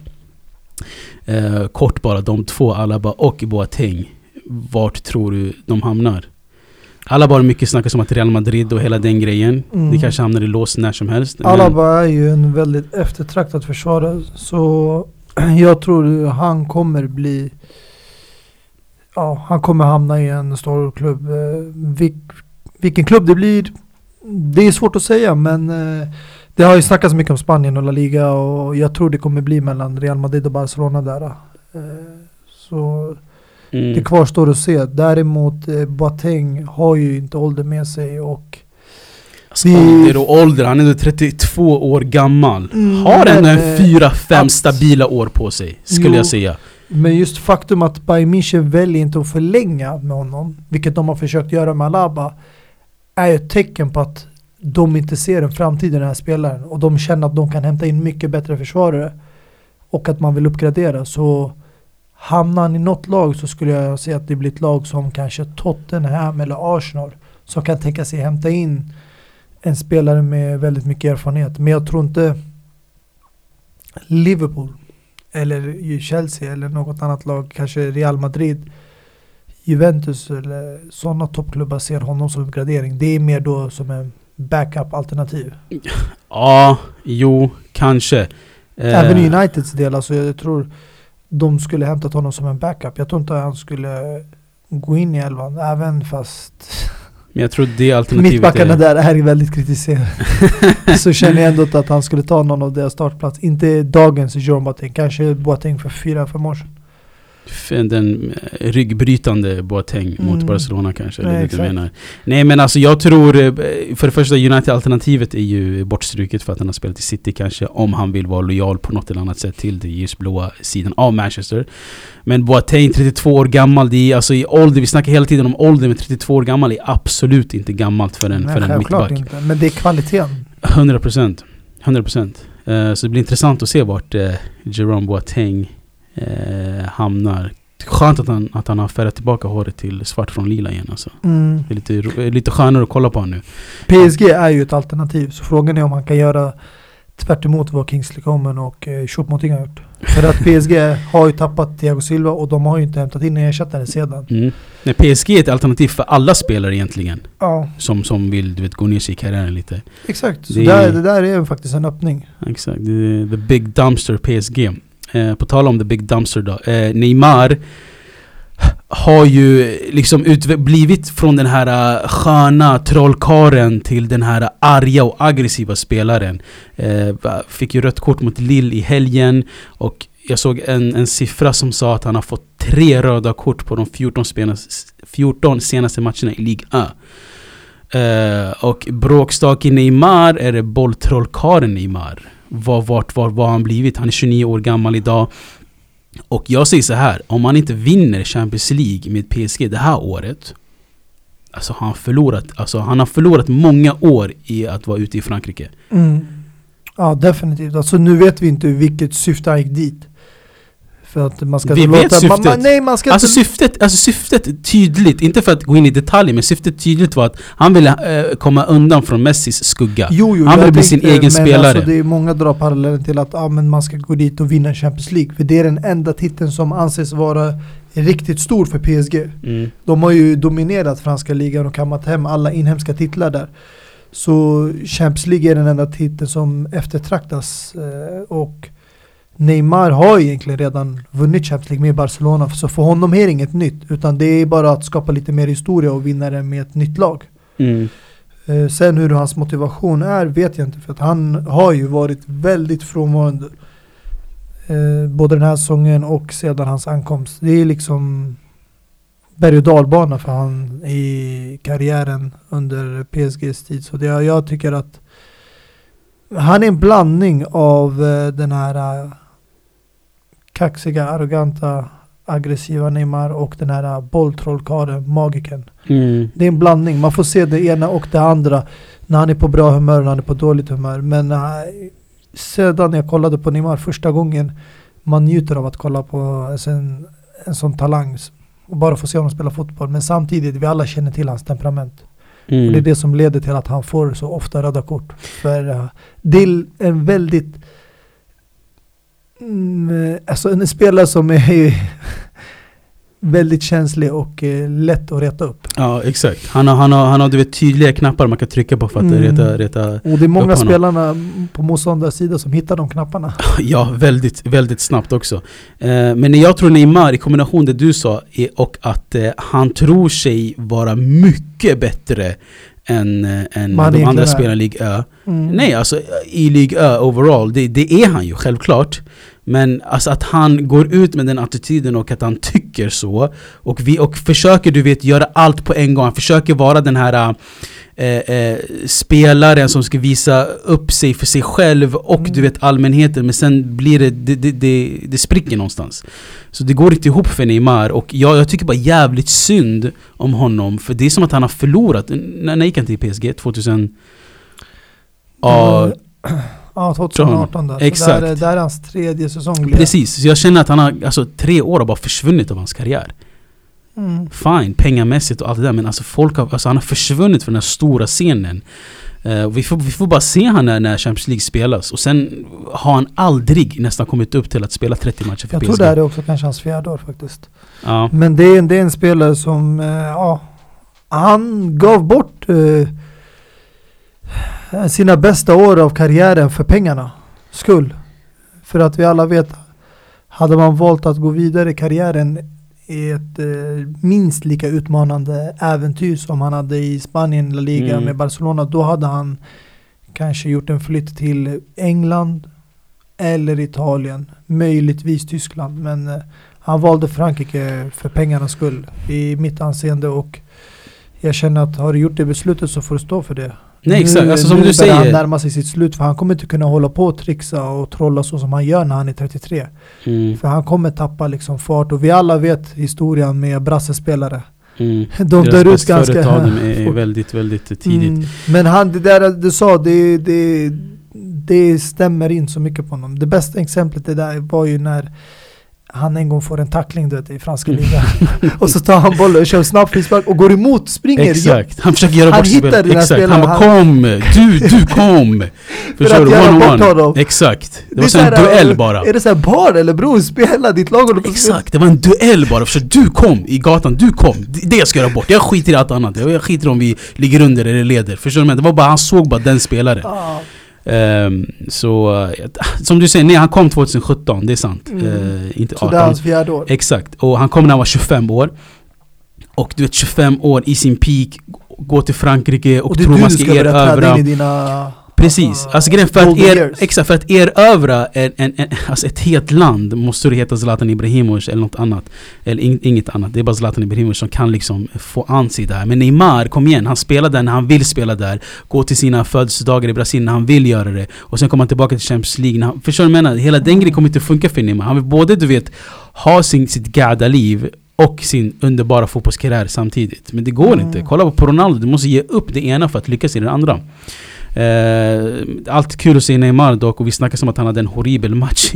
Kort bara, de 2, Alaba och Boateng, vart tror du de hamnar? Alaba har mycket snackat om att Real Madrid och hela den grejen. Det kanske hamnar i lås när som helst. Alaba är ju en väldigt eftertraktad försvarare, så jag tror han kommer bli... Ja, han kommer hamna i en stor klubb. Vilken klubb det blir, det är svårt att säga, men det har ju snackats mycket om Spanien och La Liga, och jag tror det kommer bli mellan Real Madrid och Barcelona där. Så det kvarstår att se. Däremot Boateng har ju inte ålder med sig, och ålder och ålder, han är ändå 32 år gammal. Har ändå 4-5 stabila år på sig, skulle jag säga. Men just faktum att Bayern München väljer inte att förlänga med honom, vilket de har försökt göra med Alaba, är ett tecken på att de inte ser en framtid i den här spelaren, och de känner att de kan hämta in mycket bättre försvarare och att man vill uppgradera. Så hamnar han i något lag, så skulle jag säga att det blir ett lag som kanske Tottenham eller Arsenal, som kan tänka sig hämta in en spelare med väldigt mycket erfarenhet. Men jag tror inte Liverpool eller Chelsea eller något annat lag, kanske Real Madrid, Juventus eller sådana toppklubbar ser honom som uppgradering. Det är mer då som en backup-alternativ. Ja, jo, kanske. Även i Uniteds del, alltså jag tror de skulle hämtat honom som en backup. Jag tror inte att han skulle gå in i 11, även fast... Men jag tror det alternativet mittbackarna där är väldigt kritiserade. Så känner jag ändå att han skulle ta någon av deras startplats. Inte dagens Jerome Boateng, kanske Boateng för 4-5 år sedan. Den ryggbrytande Boateng mot Barcelona kanske. Nej, det du menar. Nej, men alltså jag tror för det första United-alternativet är ju bortstruket för att han har spelat i City kanske, om han vill vara lojal på något eller annat sätt till det ljusblåa sidan av Manchester. Men Boateng, 32 år gammal, det är alltså i ålder, vi snackar hela tiden om ålder, men 32 år gammal är absolut inte gammalt för en mittback. Inte, men det är kvaliteten. 100%. Så det blir intressant att se vart Jerome Boateng hamnar. Skönt att han har färgat tillbaka håret till svart från lila igen alltså. Det är lite skönare att kolla på nu. PSG är ju ett alternativ, så frågan är om han kan göra tvärt emot vad Kingsley Coman och Choupo-Moting har gjort. För att PSG har ju tappat Thiago Silva och de har ju inte hämtat in en ersättare sedan. Nej, PSG är ett alternativ för alla spelare egentligen. Ja. Som vill gå ner sig i karriären lite. Exakt, så det där är faktiskt en öppning. Exakt, the big dumpster PSG. På tal om the big dumpster då. Neymar har ju liksom blivit från den här sköna trollkaren till den här arga och aggressiva spelaren. Fick ju rött kort mot Lille i helgen, och jag såg en siffra som sa att han har fått 3 röda kort på de 14 senaste matcherna i Ligue 1. Och bråkstake Neymar, är det bolltrollkaren Neymar? Vad har han blivit? Han är 29 år gammal idag. Och jag säger så här, om han inte vinner Champions League med PSG det här året, alltså han har förlorat många år i att vara ute i Frankrike. Ja, definitivt. Alltså nu vet vi inte vilket syfte han gick dit. För att man ska vi vet syftet. Man ska syftet är tydligt, inte för att gå in i detaljer, men syftet tydligt var att han ville komma undan från Messis skugga. Han ville bli sin egen spelare. Alltså det är många drar parallellen till att men man ska gå dit och vinna Champions League, för det är den enda titeln som anses vara riktigt stor för PSG. De har ju dominerat franska ligan och kammat hem alla inhemska titlar där. Så Champions League är den enda titeln som eftertraktas, och Neymar har egentligen redan vunnit Champions League med Barcelona, så för honom är det inget nytt, utan det är bara att skapa lite mer historia och vinna det med ett nytt lag. Sen hur hans motivation är vet jag inte, för att han har ju varit väldigt frånvarande både den här säsongen och sedan hans ankomst. Det är liksom berg- och dalbana för han i karriären under PSGs tid, så jag tycker att han är en blandning av den här kaxiga, arroganta, aggressiva Neymar och den här bolltrollkaren, magiken. Det är en blandning. Man får se det ena och det andra när han är på bra humör och när han är på dåligt humör. Men sedan jag kollade på Neymar första gången, man njuter av att kolla på en sån talang och bara få se honom spela fotboll. Men samtidigt, vi alla känner till hans temperament. Och det är det som leder till att han får så ofta röda kort. För det är en väldigt alltså en spelare som är väldigt känslig och lätt att reta upp. Ja, exakt. Han har du vet, tydliga knappar man kan trycka på för att reta. Och det är många spelarna på motståndarens sida som hittar de knapparna. Ja, väldigt, väldigt snabbt också. Men jag tror Neymar i kombination det du sa och att han tror sig vara mycket bättre än de andra spelarna i Ligue Ö. Nej, alltså i Ligue Ö overall, det är han ju självklart. Men alltså att han går ut med den attityden och att han tycker så och försöker, du vet, göra allt på en gång. Han försöker vara den här spelaren som ska visa upp sig för sig själv och du vet allmänheten, men sen blir det spricker någonstans. Så det går inte ihop för Neymar, och jag tycker bara jävligt synd om honom, för det är som att han har förlorat. När gick han till PSG? 2000? Ja, 2018 där. Exakt. Det är hans 3:e säsong. Precis, så jag känner att han har, alltså 3 år har bara försvunnit av hans karriär. Fine, pengamässigt och allt det där, men alltså han har försvunnit från den här stora scenen. Vi får bara se han när Champions League spelas, och sen har han aldrig nästan kommit upp till att spela 30 matcher för PSG. Jag tror det är också kanske hans 4:e år faktiskt. Ja. Men det är en spelare som han gav bort sina bästa år av karriären för pengarna skull. För att vi alla vet, hade man valt att gå vidare i karriären i ett minst lika utmanande äventyr som han hade i Spanien, La Liga med Barcelona, då hade han kanske gjort en flytt till England eller Italien, möjligtvis Tyskland, men Han valde Frankrike för pengarnas skull i mitt anseende, och jag känner att har du gjort det beslutet så får du stå för det. Nej, exakt. Alltså, som du säger, han närmar sig sitt slut, för han kommer inte kunna hålla på och trixa och trolla så som han gör när han är 33. För han kommer tappa liksom fart, och vi alla vet historien med brassespelare. De dör ut ganska är väldigt, väldigt tidigt. Men han, det där du sa, det stämmer in så mycket på honom. Det bästa exemplet det där var ju när han en gång får en tackling i franska ligan. Och så tar han bollen och kör snabbt frispark och går emot, springer. Exakt. Han försöker göra bort spelet. Exakt. Han bara kom, du kom. Förstår du? One-on-one. Exakt. Det var så en duell bara. Är det så här bar eller bror, spela ditt lag? Exakt, det var en duell bara. För du kom i gatan, du kom. Det jag ska göra bort. Jag skiter i allt annat. Jag skiter om vi ligger under eller leder. Förstår du? Det var bara, han såg bara den spelaren. Så som du säger, nej, han kom 2017, det är sant. Inte 18. Så det är hans 4:e år. Exakt, och han kom när han var 25 år. Och du vet, 25 år i sin peak, gå till Frankrike och tror man ska erövra. Precis, alltså grejen för att erövra alltså ett helt land måste det heta Zlatan Ibrahimovic eller något annat. Eller inget annat, det är bara Zlatan Ibrahimovic som kan liksom få anse där. Men Neymar, kom igen, han spelar där när han vill spela där. Gå till sina födelsedagar i Brasilien när han vill göra det. Och sen kommer han tillbaka till Champions League. Förstår du vad jag menar? Hela den grejen kommer inte funka för Neymar. Han vill både, du vet, ha sitt gada liv och sin underbara fotbollskarriär samtidigt. Men det går inte. Kolla på Ronaldo, du måste ge upp det ena för att lyckas i det andra. Allt kul att se Neymar dock, och vi snackar som att han hade en horribel match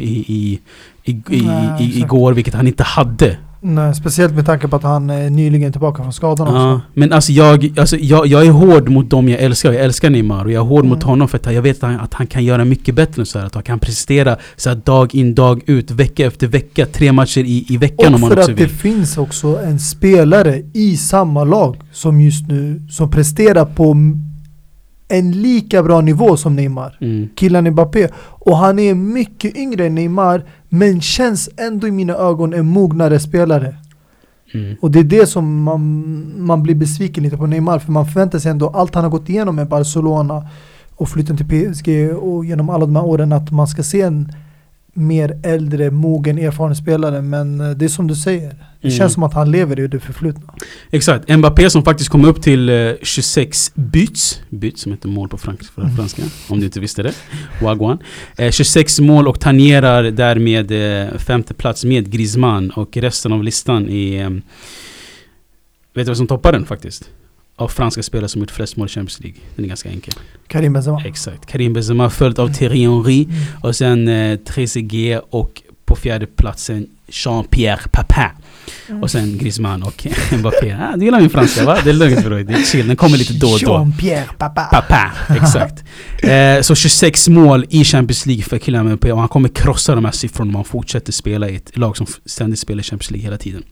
igår, vilket han inte hade. Nej, speciellt med tanke på att han är nyligen tillbaka från skadan också. Men alltså jag är hård mot dem jag älskar. Jag älskar Neymar och jag är hård mot honom för att jag vet att han kan göra mycket bättre än så här. Att han kan prestera så här dag in, dag ut, vecka efter vecka, 3 matcher i veckan. Och om man för också att vill. Det finns också en spelare i samma lag som just nu som presterar på en lika bra nivå som Neymar. Killen Mbappé. Och han är mycket yngre än Neymar, men känns ändå i mina ögon en mognare spelare. Och det är det som man blir besviken lite på Neymar, för man förväntar sig ändå allt han har gått igenom med Barcelona och flytten till PSG och genom alla de här åren att man ska se en mer äldre, mogen, erfaren spelare. Men det är som du säger. Det känns som att han lever i det förflutna. Exakt. Mbappé som faktiskt kom upp till 26 byts som heter mål på franska, om du inte visste det. Wagwan. 26 mål och tangerar därmed 5:e plats med Griezmann, och resten av listan är vet du vad som toppar den faktiskt? Av franska spelare som gjort flest mål i Champions League. Den är ganska enkel. Karim Benzema. Exakt. Karim Benzema följt av Thierry Henry och sen Trezeguet, och på 4:e platsen Jean-Pierre Papin. Och sen Griezmann och Mbappé. Det gillar min franska, va? Det är lugnt för dig. Det är chill. Den kommer lite då och då. Jean-Pierre Papin. Exakt. Så 26 mål i Champions League för killarna med Mbappé, och han kommer krossa de här siffrorna om han fortsätter spela i ett lag som ständigt spelar Champions League hela tiden.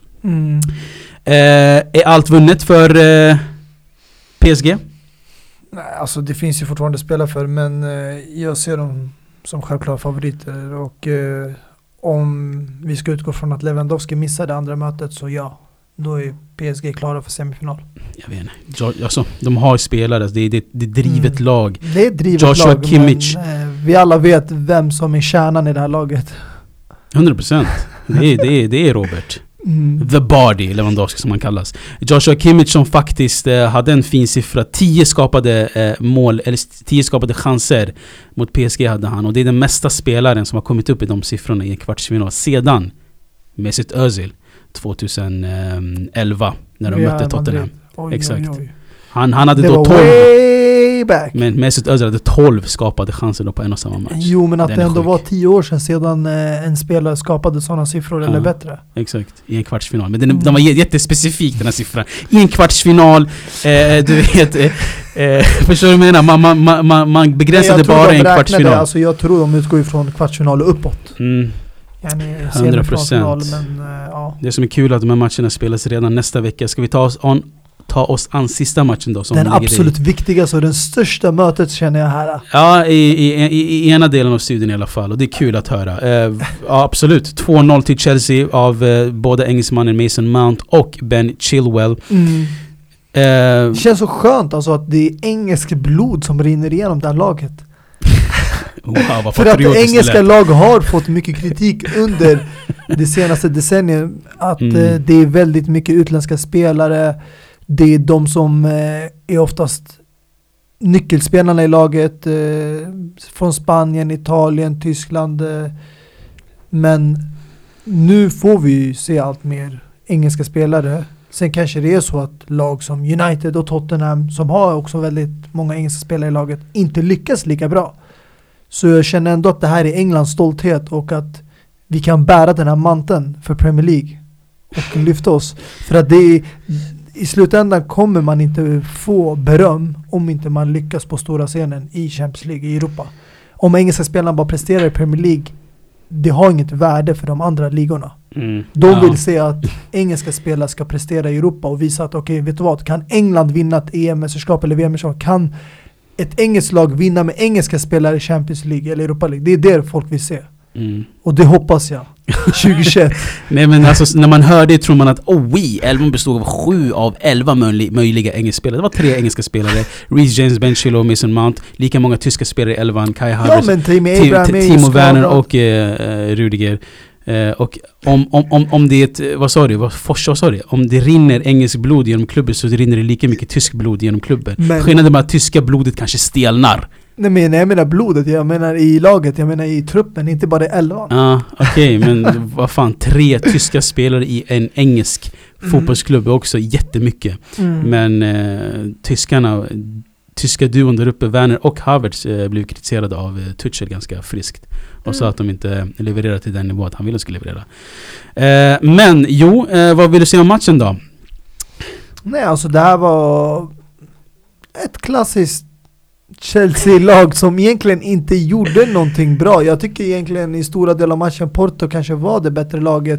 Är allt vunnet för PSG? Nej, alltså det finns ju fortfarande spelare för, men jag ser dem som självklara favoriter, och om vi ska utgå från att Lewandowski missar det andra mötet, så ja, då är PSG klara för semifinal. Jag vet inte. Alltså, de har spelare, det är drivet lag. Det är drivet Joshua lag, Kimmich. Men vi alla vet vem som är kärnan i det här laget. 100%. Det är Robert. The Body, Lewandowski som han kallas. Joshua Kimmich som faktiskt hade en fin siffra. 10 skapade mål, eller 10 skapade chanser mot PSG hade han. Och det är den mesta spelaren som har kommit upp i de siffrorna i en kvartsfinal sedan Mesut Özil 2011 när de mötte Tottenham. Exakt. Oj. Han hade det då 12 back. Men Mesut Özil hade 12 skapade chanser då på en och samma match. Jo, men att det ändå var 10 år sedan en spelare skapade sådana siffror eller bättre. Exakt, i en kvartsfinal. Men den var jättespecifik, den här siffran. I en kvartsfinal, du vet, förstår du vad jag menar? Man begränsade bara en kvartsfinal. Alltså jag tror de utgår ifrån kvartsfinal och uppåt. 100%. Men, ja. Det som är kul att de här matcherna spelas redan nästa vecka. Ska vi ta oss an sista matchen då? Som den absolut viktigaste och den största mötet känner jag här. Ja, i ena delen av studien i alla fall. Och det är kul att höra. Ja, absolut. 2-0 till Chelsea av både engelsmannen Mason Mount och Ben Chilwell. Det känns så skönt alltså att det är engelsk blod som rinner igenom det här laget. Wow, vad För att patriotiskt engelska det lät. lag har fått mycket kritik under det senaste decenniet. Att det är väldigt mycket utländska spelare. Det är de som är oftast nyckelspelarna i laget. Från Spanien, Italien, Tyskland. Men nu får vi se allt mer engelska spelare. Sen kanske det är så att lag som United och Tottenham, som har också väldigt många engelska spelare i laget, inte lyckas lika bra. Så jag känner ändå att det här är Englands stolthet och att vi kan bära den här manteln för Premier League och lyfta oss. För att det är, i slutändan kommer man inte få beröm om inte man lyckas på stora scenen i Champions League i Europa. Om engelska spelarna bara presterar i Premier League, det har inget värde för de andra ligorna. De vill se att engelska spelare ska prestera i Europa och visa att okej, vet du vad, kan England vinna ett EM-mästerskap eller VM-mästerskap, kan ett engelskt lag vinna med engelska spelare i Champions League eller Europa League. Det är det folk vill se. Och det hoppas jag 2021. Nej, men alltså, när man hör det tror man att elvan bestod av 7 av 11 möjliga engelska spelare. Det var 3 engelska spelare: Reece James, Ben Chilwell, Mason Mount. Lika många tyska spelare i 11, Kai Havertz, Timo Werner och Rudiger. Och om det är ett, vad sa du? Om det rinner engelsk blod genom klubben, så rinner det lika mycket tysk blod genom klubben. Skillnaden är att tyska blodet kanske stelnar. Nej, men jag menar blodet, jag menar i laget, jag menar i truppen, inte bara i 11. Ja, okej, men vad fan, 3 tyska spelare i en engelsk fotbollsklubb är också jättemycket. Men tyska duon där uppe, Werner och Havertz, blev kritiserade av Tuchel ganska friskt och sa att de inte levererar till den nivå att han ville skulle leverera. Men vad vill du säga om matchen då? Nej, alltså det här var ett klassiskt Chelsea-lag som egentligen inte gjorde någonting bra. Jag tycker egentligen i stora delar av matchen Porto kanske var det bättre laget.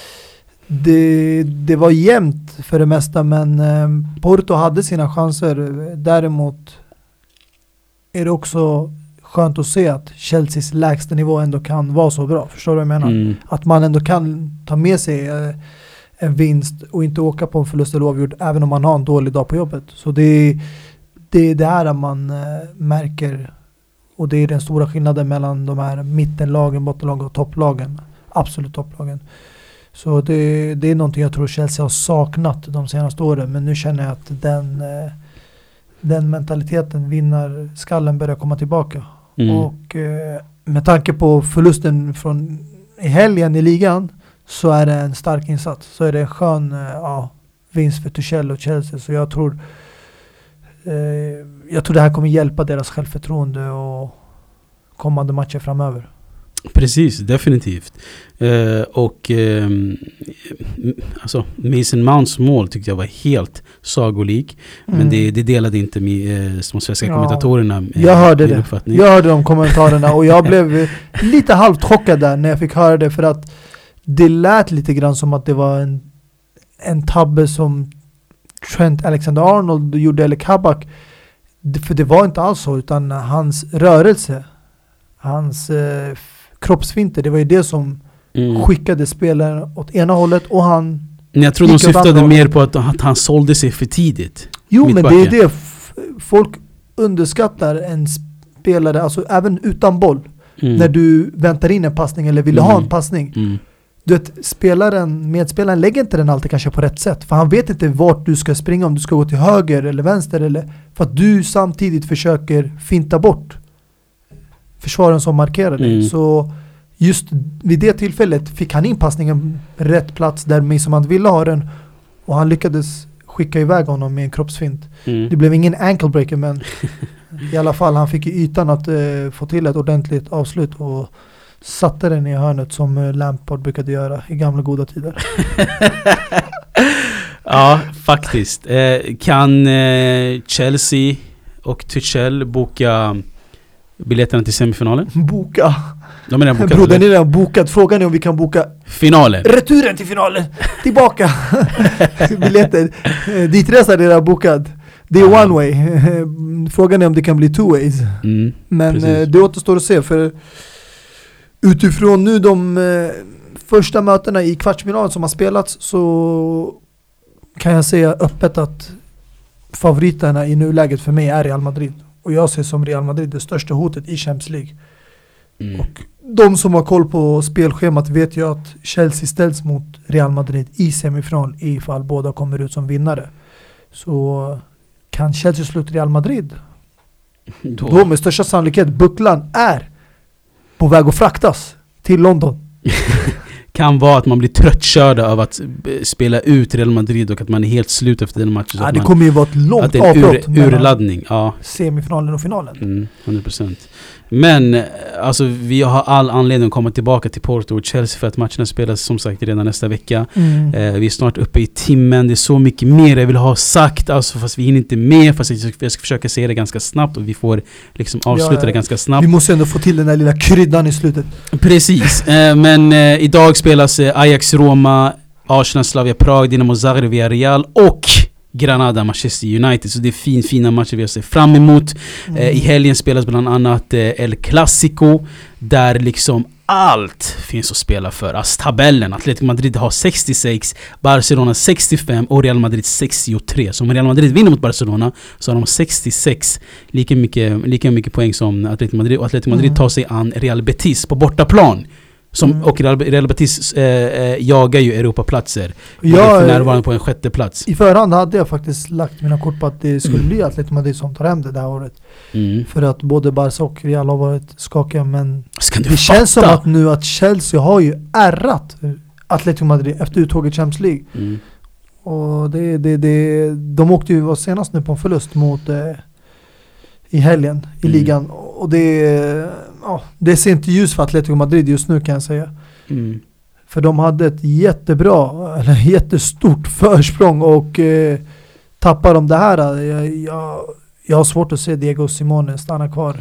Det var jämnt för det mesta, men Porto hade sina chanser. Däremot är det också skönt att se att Chelseas lägsta nivå ändå kan vara så bra. Förstår du vad jag menar? Att man ändå kan ta med sig en vinst och inte åka på en förlust eller oavgjort även om man har en dålig dag på jobbet. Så det är det här man märker, och det är den stora skillnaden mellan de här mittenlagen, bottenlagen och topplagen. Absolut topplagen. Så det är någonting jag tror Chelsea har saknat de senaste åren, men nu känner jag att den mentaliteten, vinnarskallen, börjar komma tillbaka. Och med tanke på förlusten från i helgen i ligan, så är det en stark insats. Så är det en skön vinst för Tuchel och Chelsea. Så jag tror det här kommer hjälpa deras självförtroende och kommande matcher framöver. Precis, definitivt. Alltså Mason Mounts mål tyckte jag var helt sagolik, men det delade inte de svenska kommentatorerna. Jag hörde det. Uppfattning. Jag hörde de kommentarerna och jag blev lite halvt chockad där när jag fick höra det, för att det lät lite grann som att det var en tabbe som Trent Alexander-Arnold gjorde, eller Kabak. För det var inte alls så, utan hans rörelse, hans kroppsfinter, det var ju det som skickade spelaren åt ena hålet, och jag tror de syftade mer på att han sålde sig för tidigt. Jo, men det är det folk underskattar en spelare, alltså även utan boll, när du väntar in en passning eller vill ha en passning. Du vet, medspelaren lägger inte den alltid kanske på rätt sätt, för han vet inte vart du ska springa, om du ska gå till höger eller vänster, eller för att du samtidigt försöker finta bort försvaren som markerar dig. Så just vid det tillfället fick han in passningen rätt plats där som han ville ha den, och han lyckades skicka iväg honom med en kroppsfint. Det blev ingen ankle breaker, men i alla fall han fick ytan att få till ett ordentligt avslut och satte den i hörnet som Lampard brukade göra i gamla goda tider. Ja, faktiskt. Kan Chelsea och Tuchel boka biljetterna till semifinalen? Boka? De är bokat. Bro, den är redan bokat. Frågan är om vi kan boka finalen. Returen till finalen. Tillbaka. Biljetter. Ditresa är redan bokad. Det är one way. Frågan är om det kan bli two ways. Men det återstår att se, för utifrån nu de första mötena i kvartsfinalen som har spelats, så kan jag säga öppet att favoriterna i nuläget för mig är Real Madrid. Och jag ser som Real Madrid det största hotet i Champions League. Och de som har koll på spelschemat vet ju att Chelsea ställs mot Real Madrid i semifinal ifall båda kommer ut som vinnare. Så kan Chelsea sluta Real Madrid, då med största sannolikhet bucklan är på väg att fraktas till London. Kan vara att man blir tröttkörda av att spela ut Real Madrid och att man är helt slut efter den matchen. Ja, det kommer ju vara ett långt avbrott urladdning. Ja. Semifinalen och finalen. 100%. Men alltså, vi har all anledning att komma tillbaka till Porto och Chelsea för att matcherna spelas som sagt redan nästa vecka. Vi är snart uppe i timmen. Det är så mycket mer jag vill ha sagt, alltså, fast vi hinner inte med, fast jag ska försöka säga det ganska snabbt och vi får liksom avsluta det ganska snabbt. Vi måste ändå få till den där lilla kryddan i slutet. Precis. Men idag spelas Ajax Roma, Arsenal Slavia Prag, Dinamo Zagreb Villarreal och Granada Manchester United. Så det är fina matcher vi har sett fram emot. I helgen spelas bland annat El Clasico, där liksom allt finns att spela för. Alltså tabellen, Atletico Madrid har 66, Barcelona 65 och Real Madrid 63. Så om Real Madrid vinner mot Barcelona så har de 66, lika mycket poäng som Atletico Madrid. Och Atletico Madrid tar sig an Real Betis på bortaplan. Och Real Betis jagar ju Europaplatser. För närvarande på en 6:e plats. I förhand hade jag faktiskt lagt mina kort på att det skulle bli Atletico Madrid som tar hem det här året. För att både Barca och Real har varit skakiga. Men det känns som att nu att Chelsea har ju ärrat Atletico Madrid efter uttåget Champions League. Och de åkte ju senast nu på en förlust mot i helgen i ligan. Och det ser inte ljus för Atletico Madrid just nu, kan jag säga. För de hade ett jättestort försprång och tappar de det här. Jag har svårt att se Diego Simeone stanna kvar.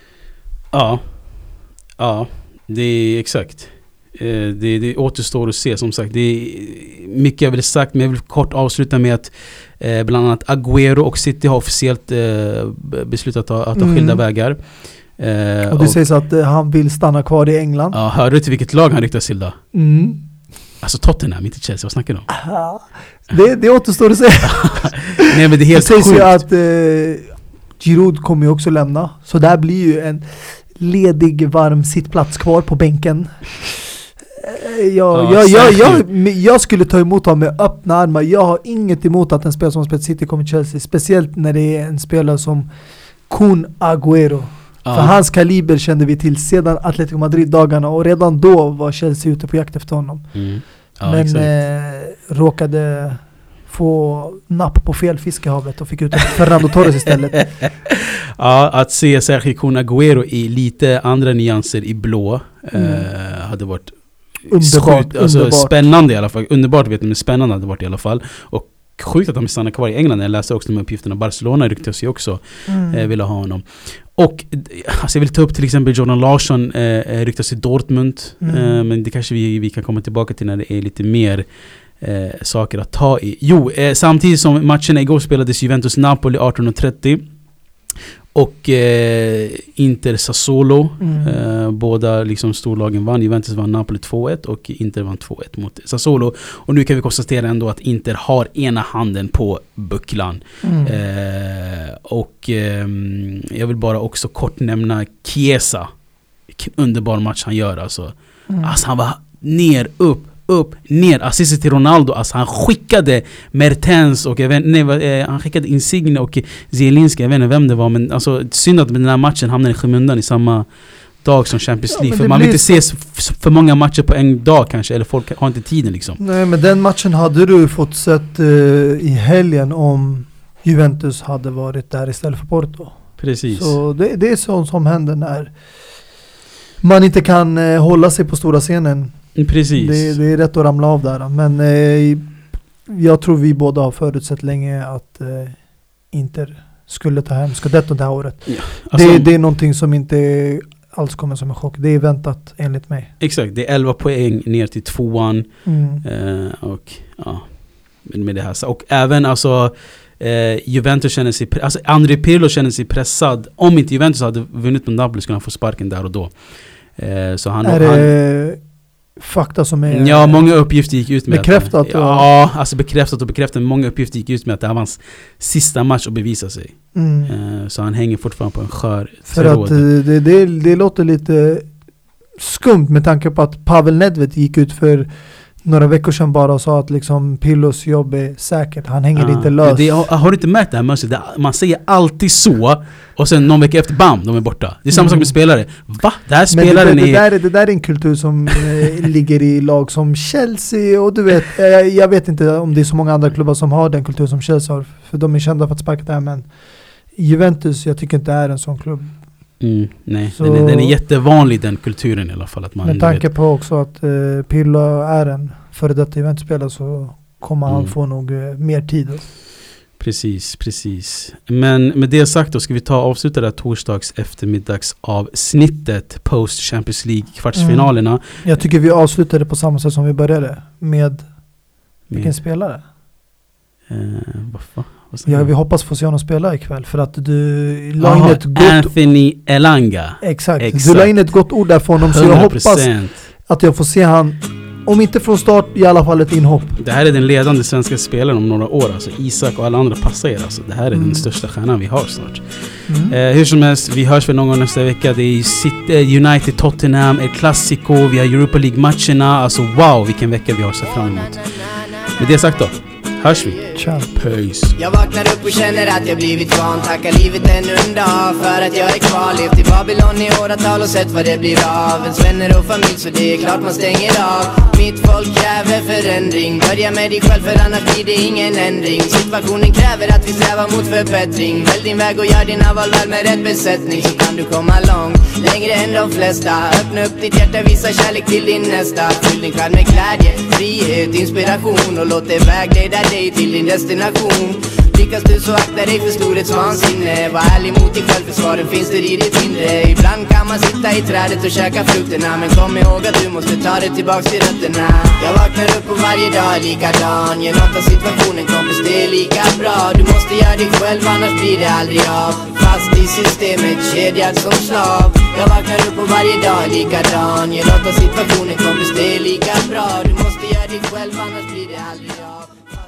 Ja, det är exakt. Det återstår att se, som sagt. Det är mycket jag vill sagt, men jag vill kort avsluta med att bland annat Agüero och City har officiellt beslutat att ta skilda vägar. Och det sägs att han vill stanna kvar i England. Ja, hörde du till vilket lag han riktar till då? Alltså Tottenham, inte Chelsea, vad snackar de om? Det återstår att säga. Nej, men det är helt sägs ju att Giroud kommer ju också lämna. Så där blir ju en ledig, varm sittplats kvar på bänken. Jag skulle ta emot honom med öppna armar. Jag har inget emot att en spelare som spelar City kommer till Chelsea. Speciellt när det är en spelare som Kun Agüero. För hans kaliber kände vi till sedan Atletico Madrid-dagarna. Och redan då var Chelsea ute på jakt efter honom. Men råkade få napp på fel fiskehavet och fick ut Fernando Torres istället. Ja, att se Sergio Kun Agüero i lite andra nyanser i blå hade varit underbart. Spännande i alla fall. Underbart vet jag, men spännande hade det varit i alla fall. Och sjukt att de stannar kvar i England. Jag läste också de uppgifterna. Barcelona ryktas ju också vilja ha honom. Och alltså jag vill ta upp till exempel Jordan Larsson ryktas i Dortmund. Men det kanske vi kan komma tillbaka till när det är lite mer saker att ta i. Samtidigt som matcherna igår spelades Juventus-Napoli 18:30 och Inter Sassuolo. Båda liksom storlagen vann. Juventus vann Napoli 2-1 och Inter vann 2-1 mot Sassuolo. Och nu kan vi konstatera ändå att Inter har ena handen på bucklan. Och jag vill bara också kort nämna Chiesa. Vilken underbar match han gör alltså. Alltså han var ner, upp, ner, assist till Ronaldo. Alltså han skickade Mertens och han skickade Insigne och Zielinski, jag vet inte vem det var, men alltså synd att den här matchen hamnar i skymundan i samma dag som Champions League, för man vill inte se för många matcher på en dag kanske, eller folk har inte tiden liksom. Nej, men den matchen hade du fått sett i helgen om Juventus hade varit där istället för Porto. Precis. Så det är sånt som händer när man inte kan hålla sig på stora scenen. Precis. Det är rätt att ramla av där. Men jag tror vi båda har förutsett länge att Inter skulle ta hem skudetton det här året. Ja, alltså, det är någonting som inte alls kommer som en chock. Det är väntat enligt mig. Exakt, det är 11 poäng ner till 2:an. Och ja, med det här. Och även alltså Juventus känner sig alltså André Pirlo känner sig pressad. Om inte Juventus hade vunnit med Napoli skulle han få sparken där och då. Så han fakta som är... Ja, många uppgifter gick ut med bekräftat. Alltså bekräftat. Många uppgifter gick ut med att det var hans sista match att bevisa sig. Så han hänger fortfarande på en skör för tråd. Att det låter lite skumt med tanke på att Pavel Nedved gick ut för några veckor sedan bara och sa att liksom Pirlos jobb är säkert. Han hänger inte lös. Har du inte märkt det här mönstret? Man säger alltid så och sen någon vecka efter, bam, de är borta. Det är samma sak med spelare. Va? Det här spelaren det där är en kultur som ligger i lag som Chelsea och du vet, jag vet inte om det är så många andra klubbar som har den kultur som Chelsea har, för de är kända för att sparka där, men Juventus, jag tycker inte är en sån klubb. Nej, så, den är jättevanlig, den kulturen i alla fall. Att man, med tanke på också att Pirlo är en före detta Juventus-spelare, så kommer han få nog mer tid. Precis. Men med det sagt då ska vi avsluta det här torsdags eftermiddagsavsnittet post Champions League kvartsfinalerna. Jag tycker vi avslutade på samma sätt som vi började med vilken spelare? Vi hoppas få se honom spela ikväll, för att du la in ett gott Anthony Elanga. Exakt. Du la in ett gott ord där för honom, så 100%. Jag hoppas att jag får se han, om inte från start, i alla fall ett inhopp. Det här är den ledande svenska spelaren om några år, alltså Isak och alla andra passar er, alltså. Det här är den största stjärnan vi har snart. Hur som helst, vi hörs för någon gång nästa vecka. Det är City, United, Tottenham, El Clasico, vi har Europa League-matcherna. Alltså wow, vilken vecka vi har sett fram emot. Med det sagt då, hörs vi. Ciao. Peace. Jag vaknar upp och känner att jag blivit van. Tackar livet ännu en dag för att jag är kvar. Levt i Babylon i åratal och sett vad det blir av. Ens vänner och familj, så det är klart man stänger av. Mitt folk kräver förändring. Börja med dig själv, för annars blir det ingen ändring. Situationen kräver att vi strävar mot förbättring. Välj din väg och gör dina val väl med rätt besättning, så kan du komma långt, längre än de flesta. Öppna upp ditt hjärta, visa kärlek till din nästa. Fyll din själ med glädje, frihet, inspiration, och låt det vägleda dig till din destination. Lyckas du så akta dig för storhetsvansinne. Var ärlig mot dig själv, för svaren finns där i ditt inre. Ibland kan man sitta i trädet och käka frukterna, men kom ihåg att du måste ta det tillbaks till rötterna. Jag vaknar upp och varje dag är likadan. Ge något av situationen, kompis, det är lika bra. Du måste göra dig själv, annars blir det aldrig av. Fast i systemet, kedjad som slav. Jag vaknar upp och varje dag är likadan. Ge något av situationen, kompis, det är lika bra. Du måste göra dig själv, annars blir det aldrig av.